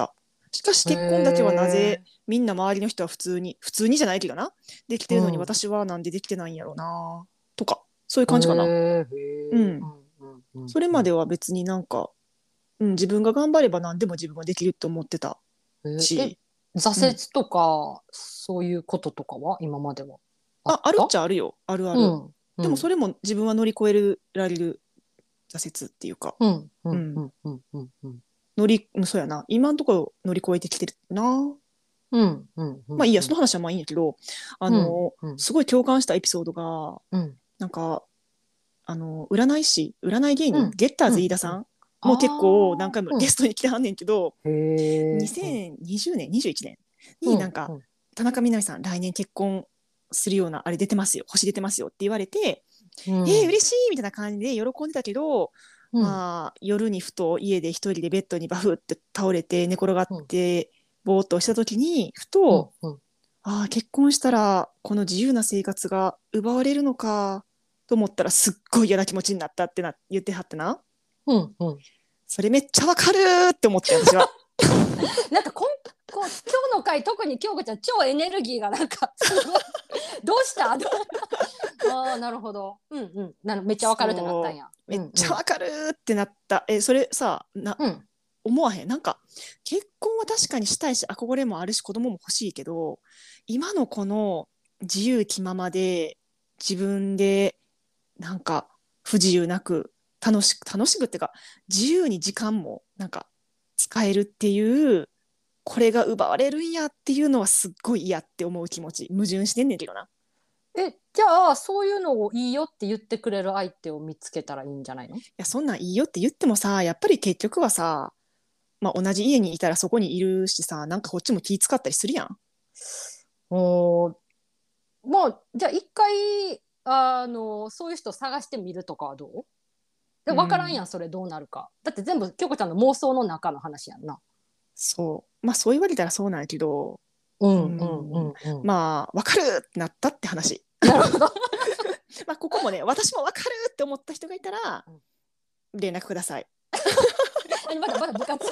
しかし結婚だけはなぜみんな周りの人は普通にじゃないけどな、できてるのに私はなんでできてないんやろうなとか、そういう感じかな。うん。それまでは別になんか、うん、自分が頑張れば何でも自分ができると思ってたし、 挫折とか、そういうこととかは今まではあっあるった？ ちゃあるよ。あるある。でもそれも自分は乗り越えられる挫折っていうか、うん。そうやな。今のところ乗り越えてきてるな。まあいいや、その話はまあいいんやけど、すごい共感したエピソードが、なんか、占い芸人、ゲッターズ飯田さんも結構何回もゲストに来てはんねんけど、2020年、21年になんか、田中みな実さん来年結婚するようなあれ出てますよ、星出てますよって言われて、嬉しいみたいな感じで喜んでたけど、まあ夜にふと家で一人でベッドにバフって倒れて寝転がってぼーっとした時にふと、結婚したらこの自由な生活が奪われるのかと思ったらすっごい嫌な気持ちになったって言ってはってな、それめっちゃわかるって思って私は。 なんか今日の回特に京子ちゃん超エネルギーがなんかすごいどうしたあなるほど、めっちゃわかるってなったんや。 めっちゃわかるってなった。それさ思わへん？なんか結婚は確かにしたいし憧れもあるし子供も欲しいけど、今のこの自由気ままで自分でなんか不自由なく楽しくっていうか自由に時間もなんか使えるっていうこれが奪われるんやっていうのはすっごい嫌って思う気持ち矛盾してんねんけどな。 じゃあそういうのをいいよって言ってくれる相手を見つけたらいいんじゃないの？ いやそんなんいいよって言ってもさやっぱり結局はさ、まあ、同じ家にいたらそこにいるしさなんかこっちも気使ったりするやん。 まあじゃあ一回そういう人を探してみるとかはどう？で分からんやん、それどうなるか。だって全部京子ちゃんの妄想の中の話やんな。 そうまあそう言われたらそうなんやけど、まあ分かるってなったって話。 なるほどまあここもね私も分かるって思った人がいたら連絡ください。 まだ部活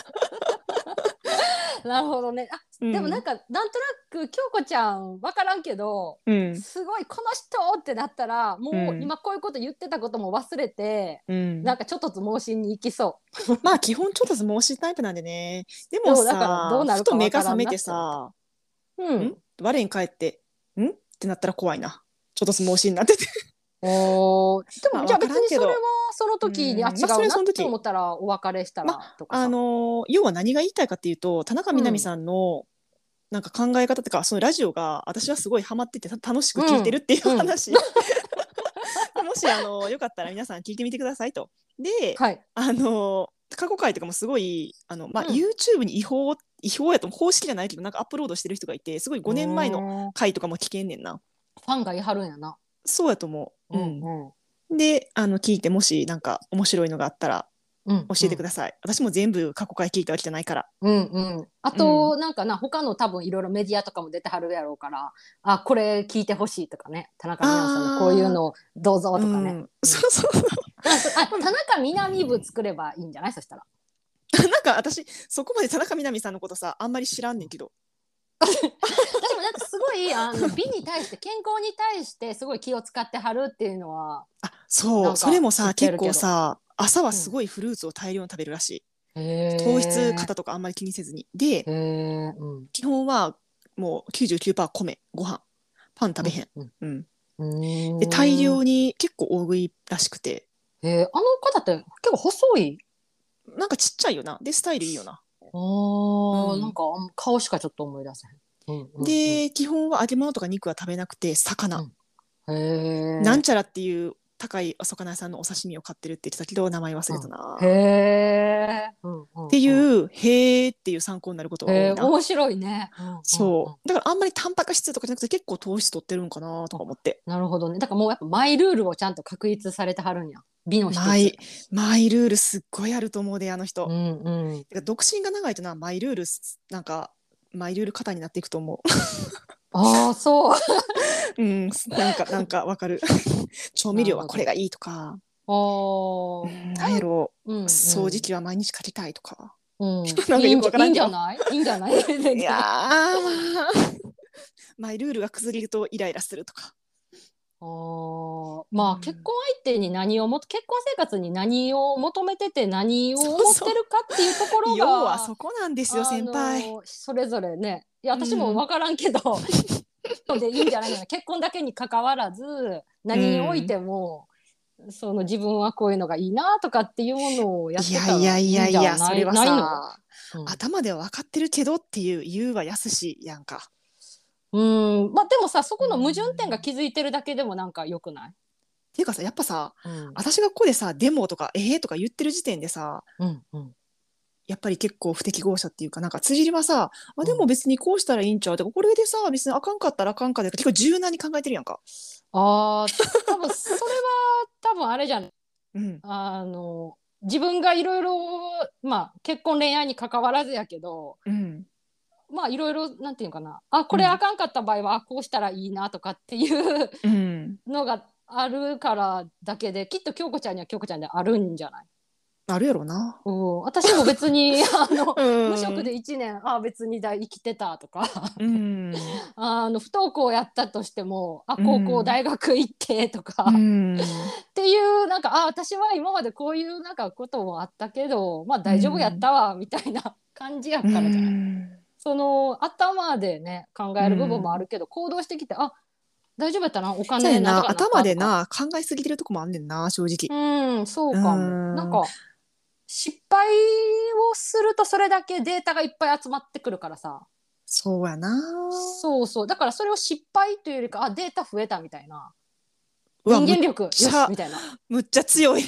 なるほどね。でもなんか、なんとなく京子ちゃん分からんけど、すごいこの人ってなったらもう今こういうこと言ってたことも忘れて、なんかちょっとずつ盲信に行きそう。 まあ基本ちょっとずつ盲信タイプなんでね。でもさふと目が覚めてさ、我に返ってってなったら怖いな。ちょっとずつ盲信になってて。 でもじゃあ別にそれはその時に違うなって思ったらお別れしたらとかさ、 要は何が言いたいかっていうと田中みな実さんのなんか考え方っていうかそのラジオが私はすごいハマってて楽しく聞いてるっていう話、もしよかったら皆さん聞いてみてくださいと。で、過去回とかもすごいYouTube に違法やと公式じゃないけどなんかアップロードしてる人がいてすごい5年前の回とかも聞けんねんな。 ファンがいはるんやな。 そうやと思う。で聞いてもしなんか面白いのがあったら教えてください。私も全部過去回聞いたわけじゃないから。 あと、なんかな他の多分いろいろメディアとかも出てはるやろうからこれ聞いてほしいとかね、田中みな実さんのこういうのをどうぞとかね。そう田中みな実部作ればいいんじゃない？そしたらなんか私そこまで田中みな実さんのことさあんまり知らんねんけど私もなんかすごい美に対して健康に対してすごい気を使ってはるっていうのはそうそれもさ結構さ朝はすごいフルーツを大量に食べるらしい。糖質型とかあんまり気にせずにで、基本はもう 99% 米ご飯パン食べへん、で大量に結構大食いらしくて、 あの方って結構細いなんかちっちゃいよな。でスタイルいいよな。 なんか顔しかちょっと思い出せへん。 で基本は揚げ物とか肉は食べなくて魚、なんちゃらっていう高いお魚屋さんのお刺身を買ってるって言ってたけど名前忘れたな。っていうへーっていう参考になることが多いな。 面白いね。 そうだからあんまりタンパク質とかじゃなくて結構糖質取ってるんかなとか思って。 なるほどね。だからもうやっぱマイルールをちゃんと確立されてはるんや。美の一つ。 マイルールすっごいあると思うであの人。独身が長いとなマイルールなんかマイルール型になっていくと思う。 そうなんかわかる。調味料はこれがいいとか、なんやろ、掃除機は毎日かけたいとか。 うん、 なんかよくわからんけどいいんじゃない。 いやー、まあルールが崩れるとイライラするとか。 まあ結婚相手に結婚生活に何を求めてて何を思ってるかっていうところ要はがそこなんですよ、先輩。 それぞれね、いや私も分からんけど、でいいんじゃないの。結婚だけに関わらず何においても、その自分はこういうのがいいなとかっていうものをやってたらいいんじゃそれはないの。 さ、頭では分かってるけどっていう言うはやすしやんか。 まあでもさ、そこの矛盾点が気づいてるだけでもなんか良くない？ っていうかさ、やっぱさ、私がここでさデモとかとか言ってる時点でさ、やっぱり結構不適合者っていうか、なんか辻りはさ、でも別にこうしたらいいんちゃうとか、これでさ別にあかんかったらあかんかで結構柔軟に考えてるやんか。 多分それは多分あれじゃん。自分がいろいろまあ結婚恋愛に関わらずやけど、まあいろいろなんていうかな、これあかんかった場合は、こうしたらいいなとかっていうのがあるからだけで、きっと京子ちゃんには京子ちゃんであるんじゃない？ あるやろな。 私も別に無職で1年別に生きてたとか不登校やったとしても高校大学行ってとかっていうなんか私は今までこういうなんかこともあったけどまあ大丈夫やったわみたいな感じやからじゃない。その頭でね考える部分もあるけど、行動してきて大丈夫やったな、お金なんとかなったとか。 頭でな考えすぎてるとこもあんねんな、正直。 そうかも。なんか失敗をするとそれだけデータがいっぱい集まってくるからさ。 そうやな。 そうそう。だからそれを失敗というよりかデータ増えたみたいな。人間力よしみたいな。 むっちゃ強い。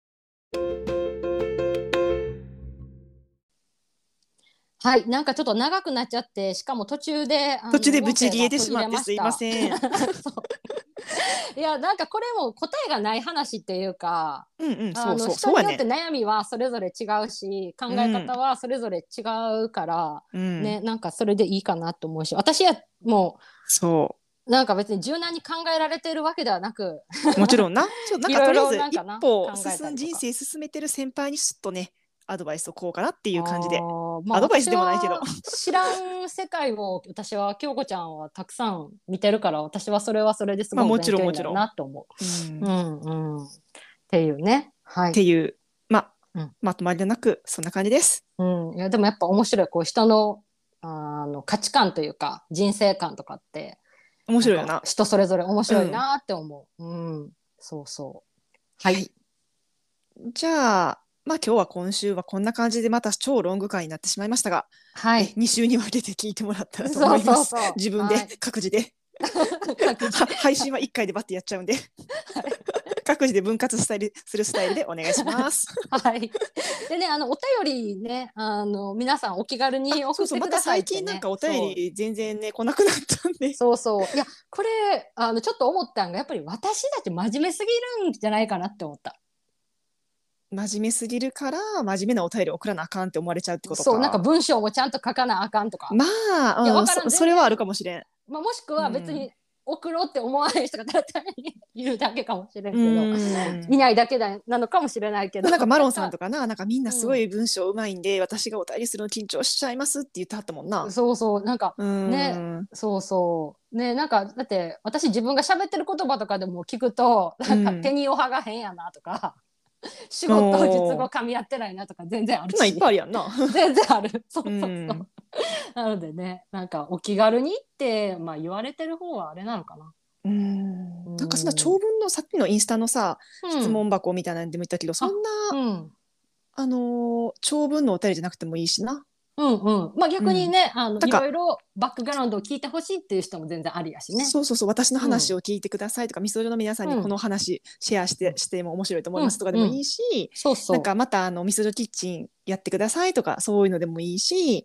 はい、なんかちょっと長くなっちゃって、しかも途中でブチ切れてしまってすいません。 いやなんかこれも答えがない話っていうか、 人によって悩みはそれぞれ違うし、考え方はそれぞれ違うから、ね、なんかそれでいいかなと思うし、私はもうなんか別に柔軟に考えられてるわけではなくもちろんな、なんかとりあえず一歩人生進めてる先輩にすっとねアドバイスをこうかなっていう感じで、アドバイスでもないけど知らん世界を私は京子ちゃんはたくさん見てるから、私はそれはそれですごい勉強になるなと思う。っていうね、はい、 っていうまとまりでなくそんな感じです。 いやでもやっぱ面白い、こう人の価値観というか人生観とかって面白いよな。 人それぞれ面白いなって思う。そうそう。はい。 じゃあ今日は今週はこんな感じでまた超ロング回になってしまいましたが、2週に分けて聞いてもらったらと思います。自分で、各自で配信は1回でバッてやっちゃうんで各自で分割するスタイルでお願いします。 はい。でね、お便りね、皆さんお気軽に送ってくださいってね。 最近なんかお便り全然ね来なくなったんで。 そうそう。いやこれちょっと思ったんが、やっぱり私たち真面目すぎるんじゃないかなって思った。 真面目すぎるから真面目なお便り送らなあかんって思われちゃうってことか。 そう、なんか文章もちゃんと書かなあかんとか。 まあ、 いや分からん、 それはあるかもしれん。 もしくは別に送ろうって思わない人がただ単にいるだけかもしれんけど、いないだけなのかもしれないけど、 なんかマロンさんとかなんかみんなすごい文章うまいんで、私がお便りするの緊張しちゃいますって言ってはったもんな。 そうそう、なんかね、そうそうね、なんかだって私自分が喋ってる言葉とかでも聞くとなんか手におはがへんやなとか、仕事実語噛み合ってないなとか全然あるし。 いっぱいあるやんな。 全然ある。そうそうそう。なのでね、なんかお気軽にって言われてる方はあれなのかな。 なんかそんな長文のさっきのインスタのさ、質問箱みたいなのでも言ったけど、そんな長文のお便りじゃなくてもいいしな。 逆にね、いろいろバックグラウンドを聞いてほしいっていう人も全然ありやしね。 そうそうそう、私の話を聞いてくださいとか、みそじの皆さんにこの話シェアしても面白いと思いますとかでもいいし、なんかまたみそじキッチンやってくださいとかそういうのでもいいし、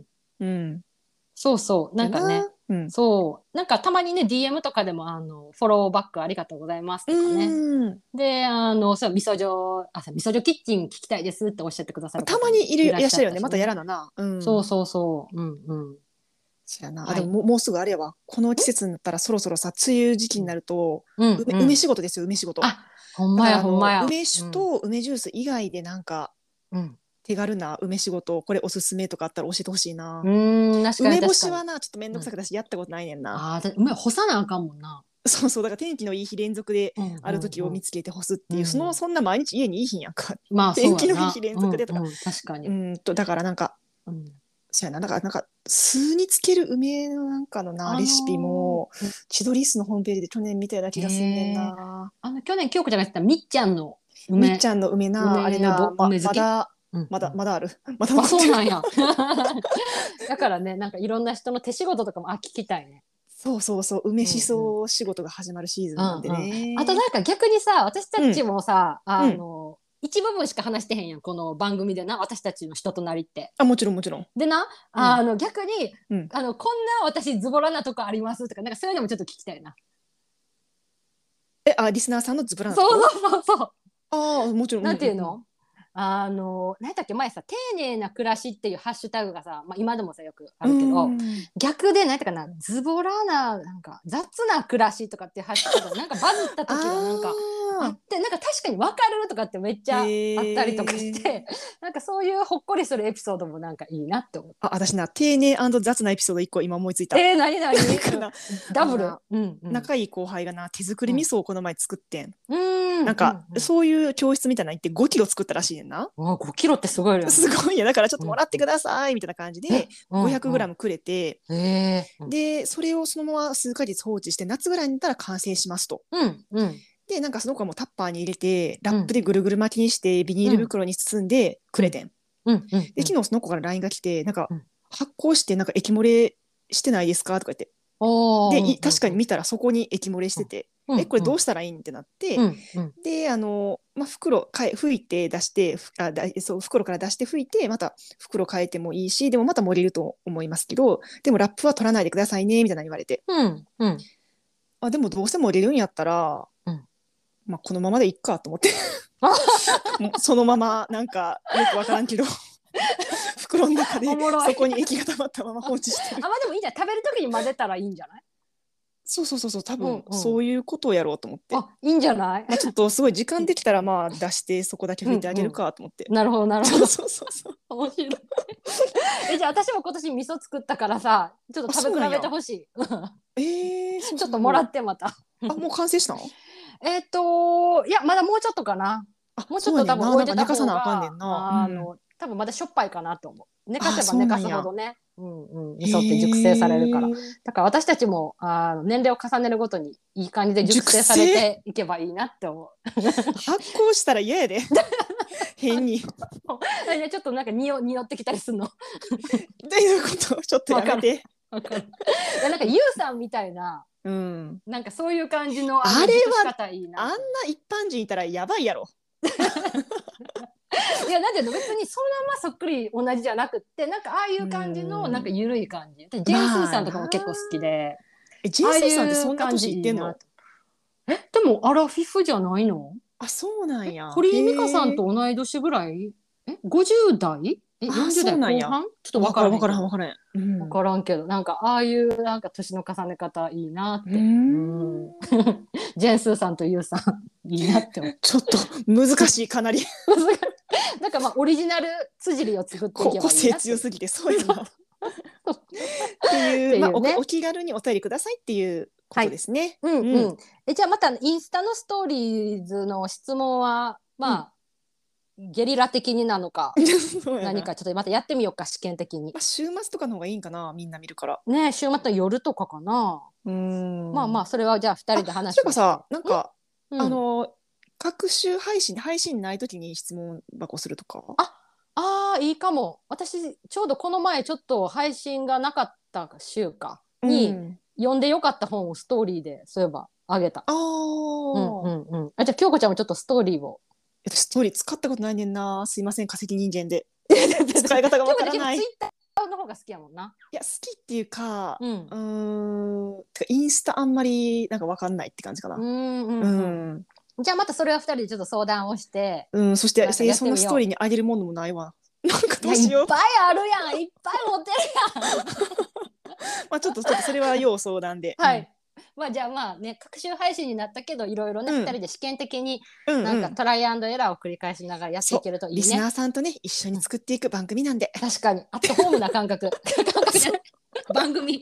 そうそう、 なんかね、そうなんかたまにね DM とかでもフォローバックありがとうございますとかね。でそうみそじょキッチン聞きたいですっておっしゃってくださるたまにいらっしゃるよね。またやらなな。 そうそうそう。 そうやな。でももうすぐあれやわ。この季節になったらそろそろさ梅雨時期になると梅仕事ですよ、梅仕事。 ほんまやほんまや。 梅酒と梅ジュース以外でなんか手軽な梅仕事これおすすめとかあったら教えてほしいな。 確かに確かに。 梅干しはなちょっとめんどくさくて私やったことないねんな。 梅干さなあかんもんな。 そうそうだから天気のいい日連続である時を見つけて干すっていう、そんな毎日家にいい日やんか。 まあそうやな。 天気のいい日連続でとか。 確かに。 だからなんか、そうやななんか酢につける梅のなんかのなレシピも千鳥巣のホームページで去年見たような気がすんねんな。 去年京子ちゃんが言ってたみっちゃんのみっちゃんの梅なあれなまだある。まだそうなんや。だからねなんかいろんな人の手仕事とかも聞きたいね。 そう梅しそ仕事が始まるシーズンなんでね。 あとなんか逆にさ私たちもさ一部分しか話してへんやんこの番組でな私たちの人となりって。 もちろん。 でな逆にこんな私ズボラなとこありますとかなんかそういうのもちょっと聞きたいな。 リスナーさんのズボラなとこ。そう。 もちろん。 なんていうの？何だっけ前さ丁寧な暮らしっていうハッシュタグがさ、今でもさよくあるけど逆で何やったかなズボラななんか雑な暮らしとかっていうハッシュタグなんかバズった時がなんかあってなんか確かに分かるとかってめっちゃあったりとかしてなんかそういうほっこりするエピソードもなんかいいなって思って。 私な丁寧&雑なエピソード1個今思いついた。 何ダブル、 仲いい後輩がな手作り味噌をこの前作ってん。なんかそういう教室みたいなの行って5キロ作ったらしいねんな。 5キロってすごいよね。 すごいやだからちょっともらってくださいみたいな感じで500グラムくれて、でそれをそのまま数ヶ月放置して夏ぐらいになったら完成しますと。でなんかその子はもうタッパーに入れてラップでぐるぐる巻きにしてビニール袋に包んでくれてん。で昨日その子から LINE が来てなんか発酵してなんか液漏れしてないですかとか言って。で確かに見たらそこに液漏れしてて、これどうしたらいいんってなって、で袋拭いて出して袋から出して拭いてまた袋変えてもいいしでもまた漏れると思いますけどでもラップは取らないでくださいねみたいな言われて、でもどうせ漏れるんやったら、このままでいっかと思ってそのままなんかよくわからんけど袋の中でそこに液が溜まったまま放置してる。 でもいいんじゃない食べる時に混ぜたらいいんじゃない？ そう多分そういうことをやろうと思って。 いいんじゃない？ ちょっとすごい時間できたら出してそこだけ拭いてあげるかと思って。 なるほどそう面白いじゃあ私も今年味噌作ったからさちょっと食べ比べてほしい。ちょっともらってまたもう完成したの？ いやまだもうちょっとかな。もうちょっと多分置いてた方が多分まだしょっぱいかなと思う。寝かせば寝かすほどね味噌って熟成されるからだから私たちも年齢を重ねるごとにいい感じで熟成されていけばいいなって思う。 発酵したら嫌やで変にちょっとなんか匂ってきたりするのどういうことちょっとやめてなんかゆうさんみたいななんかそういう感じのあれはあんな一般人いたらやばいやろいやなんていうの別にそのままそっくり同じじゃなくってなんかああいう感じのなんか緩い感じでジェーン・スーさんとかも結構好きで、 ジェーン・スーさんってそんな年いってんの？ でもアラフィフじゃないの？ そうなんや。 堀井美香さんと同い年ぐらい50代40代後半ちょっと分からんけどなんかああいうなんか年の重ね方いいなってジェンスーさんとユウさんいいなって思う。 ちょっと難しいかなりなんかオリジナル綴りを作っていけばいいなって個性強すぎてそういうのっていうお気軽にお便りくださいっていうことですね。 じゃあまたインスタのストーリーズの質問はゲリラ的になのか何かちょっとまたやってみようか試験的に。 週末とかの方がいいんかなみんな見るからね。週末の夜とかかな。それはじゃあ2人で話して。 そういえばさなんか各種配信ない時に質問箱するとかいいかも。私ちょうどこの前ちょっと配信がなかった週かに、読んでよかった本をストーリーでそういえばあげた。じゃあ京子ちゃんもちょっとストーリーを。 ストーリー使ったことないねんな。すいません化石人間で使い方がわからない。 ツイッターの方が好きやもんな。 いや好きっていうかインスタあんまりなんかわかんないって感じかな。 じゃあまたそれは2人でちょっと相談をしてそしてそんなストーリーにあげるものもないわ。なんかどうしよう。 いっぱいあるやんいっぱい持ってるやんちょっとそれは要相談で。 はいじゃあまあね、各週配信になったけど、いろいろね、 うん 2人で試験的にうんなんうん。 かトライアンドエラーを繰り返しながらやっていけるといいね。 リスナーさんとね、一緒に作っていく番組なんで。 確かにアットホームな感覚感覚じゃない番組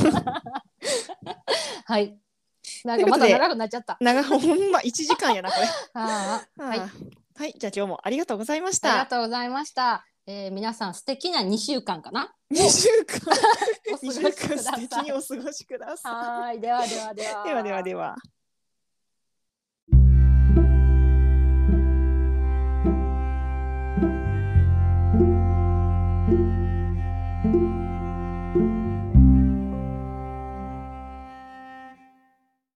はい、なんかまたということで、 長くなっちゃった。 ほんま1時間やな、これ。 はい、 はい、じゃあ今日もありがとうございましありがた。 とうございました。皆さん素敵な2週間かな 2週間、 お過ごし 2週ください。 間素敵にお過ごしくださはい、ではではでい。 は。 ではではでは。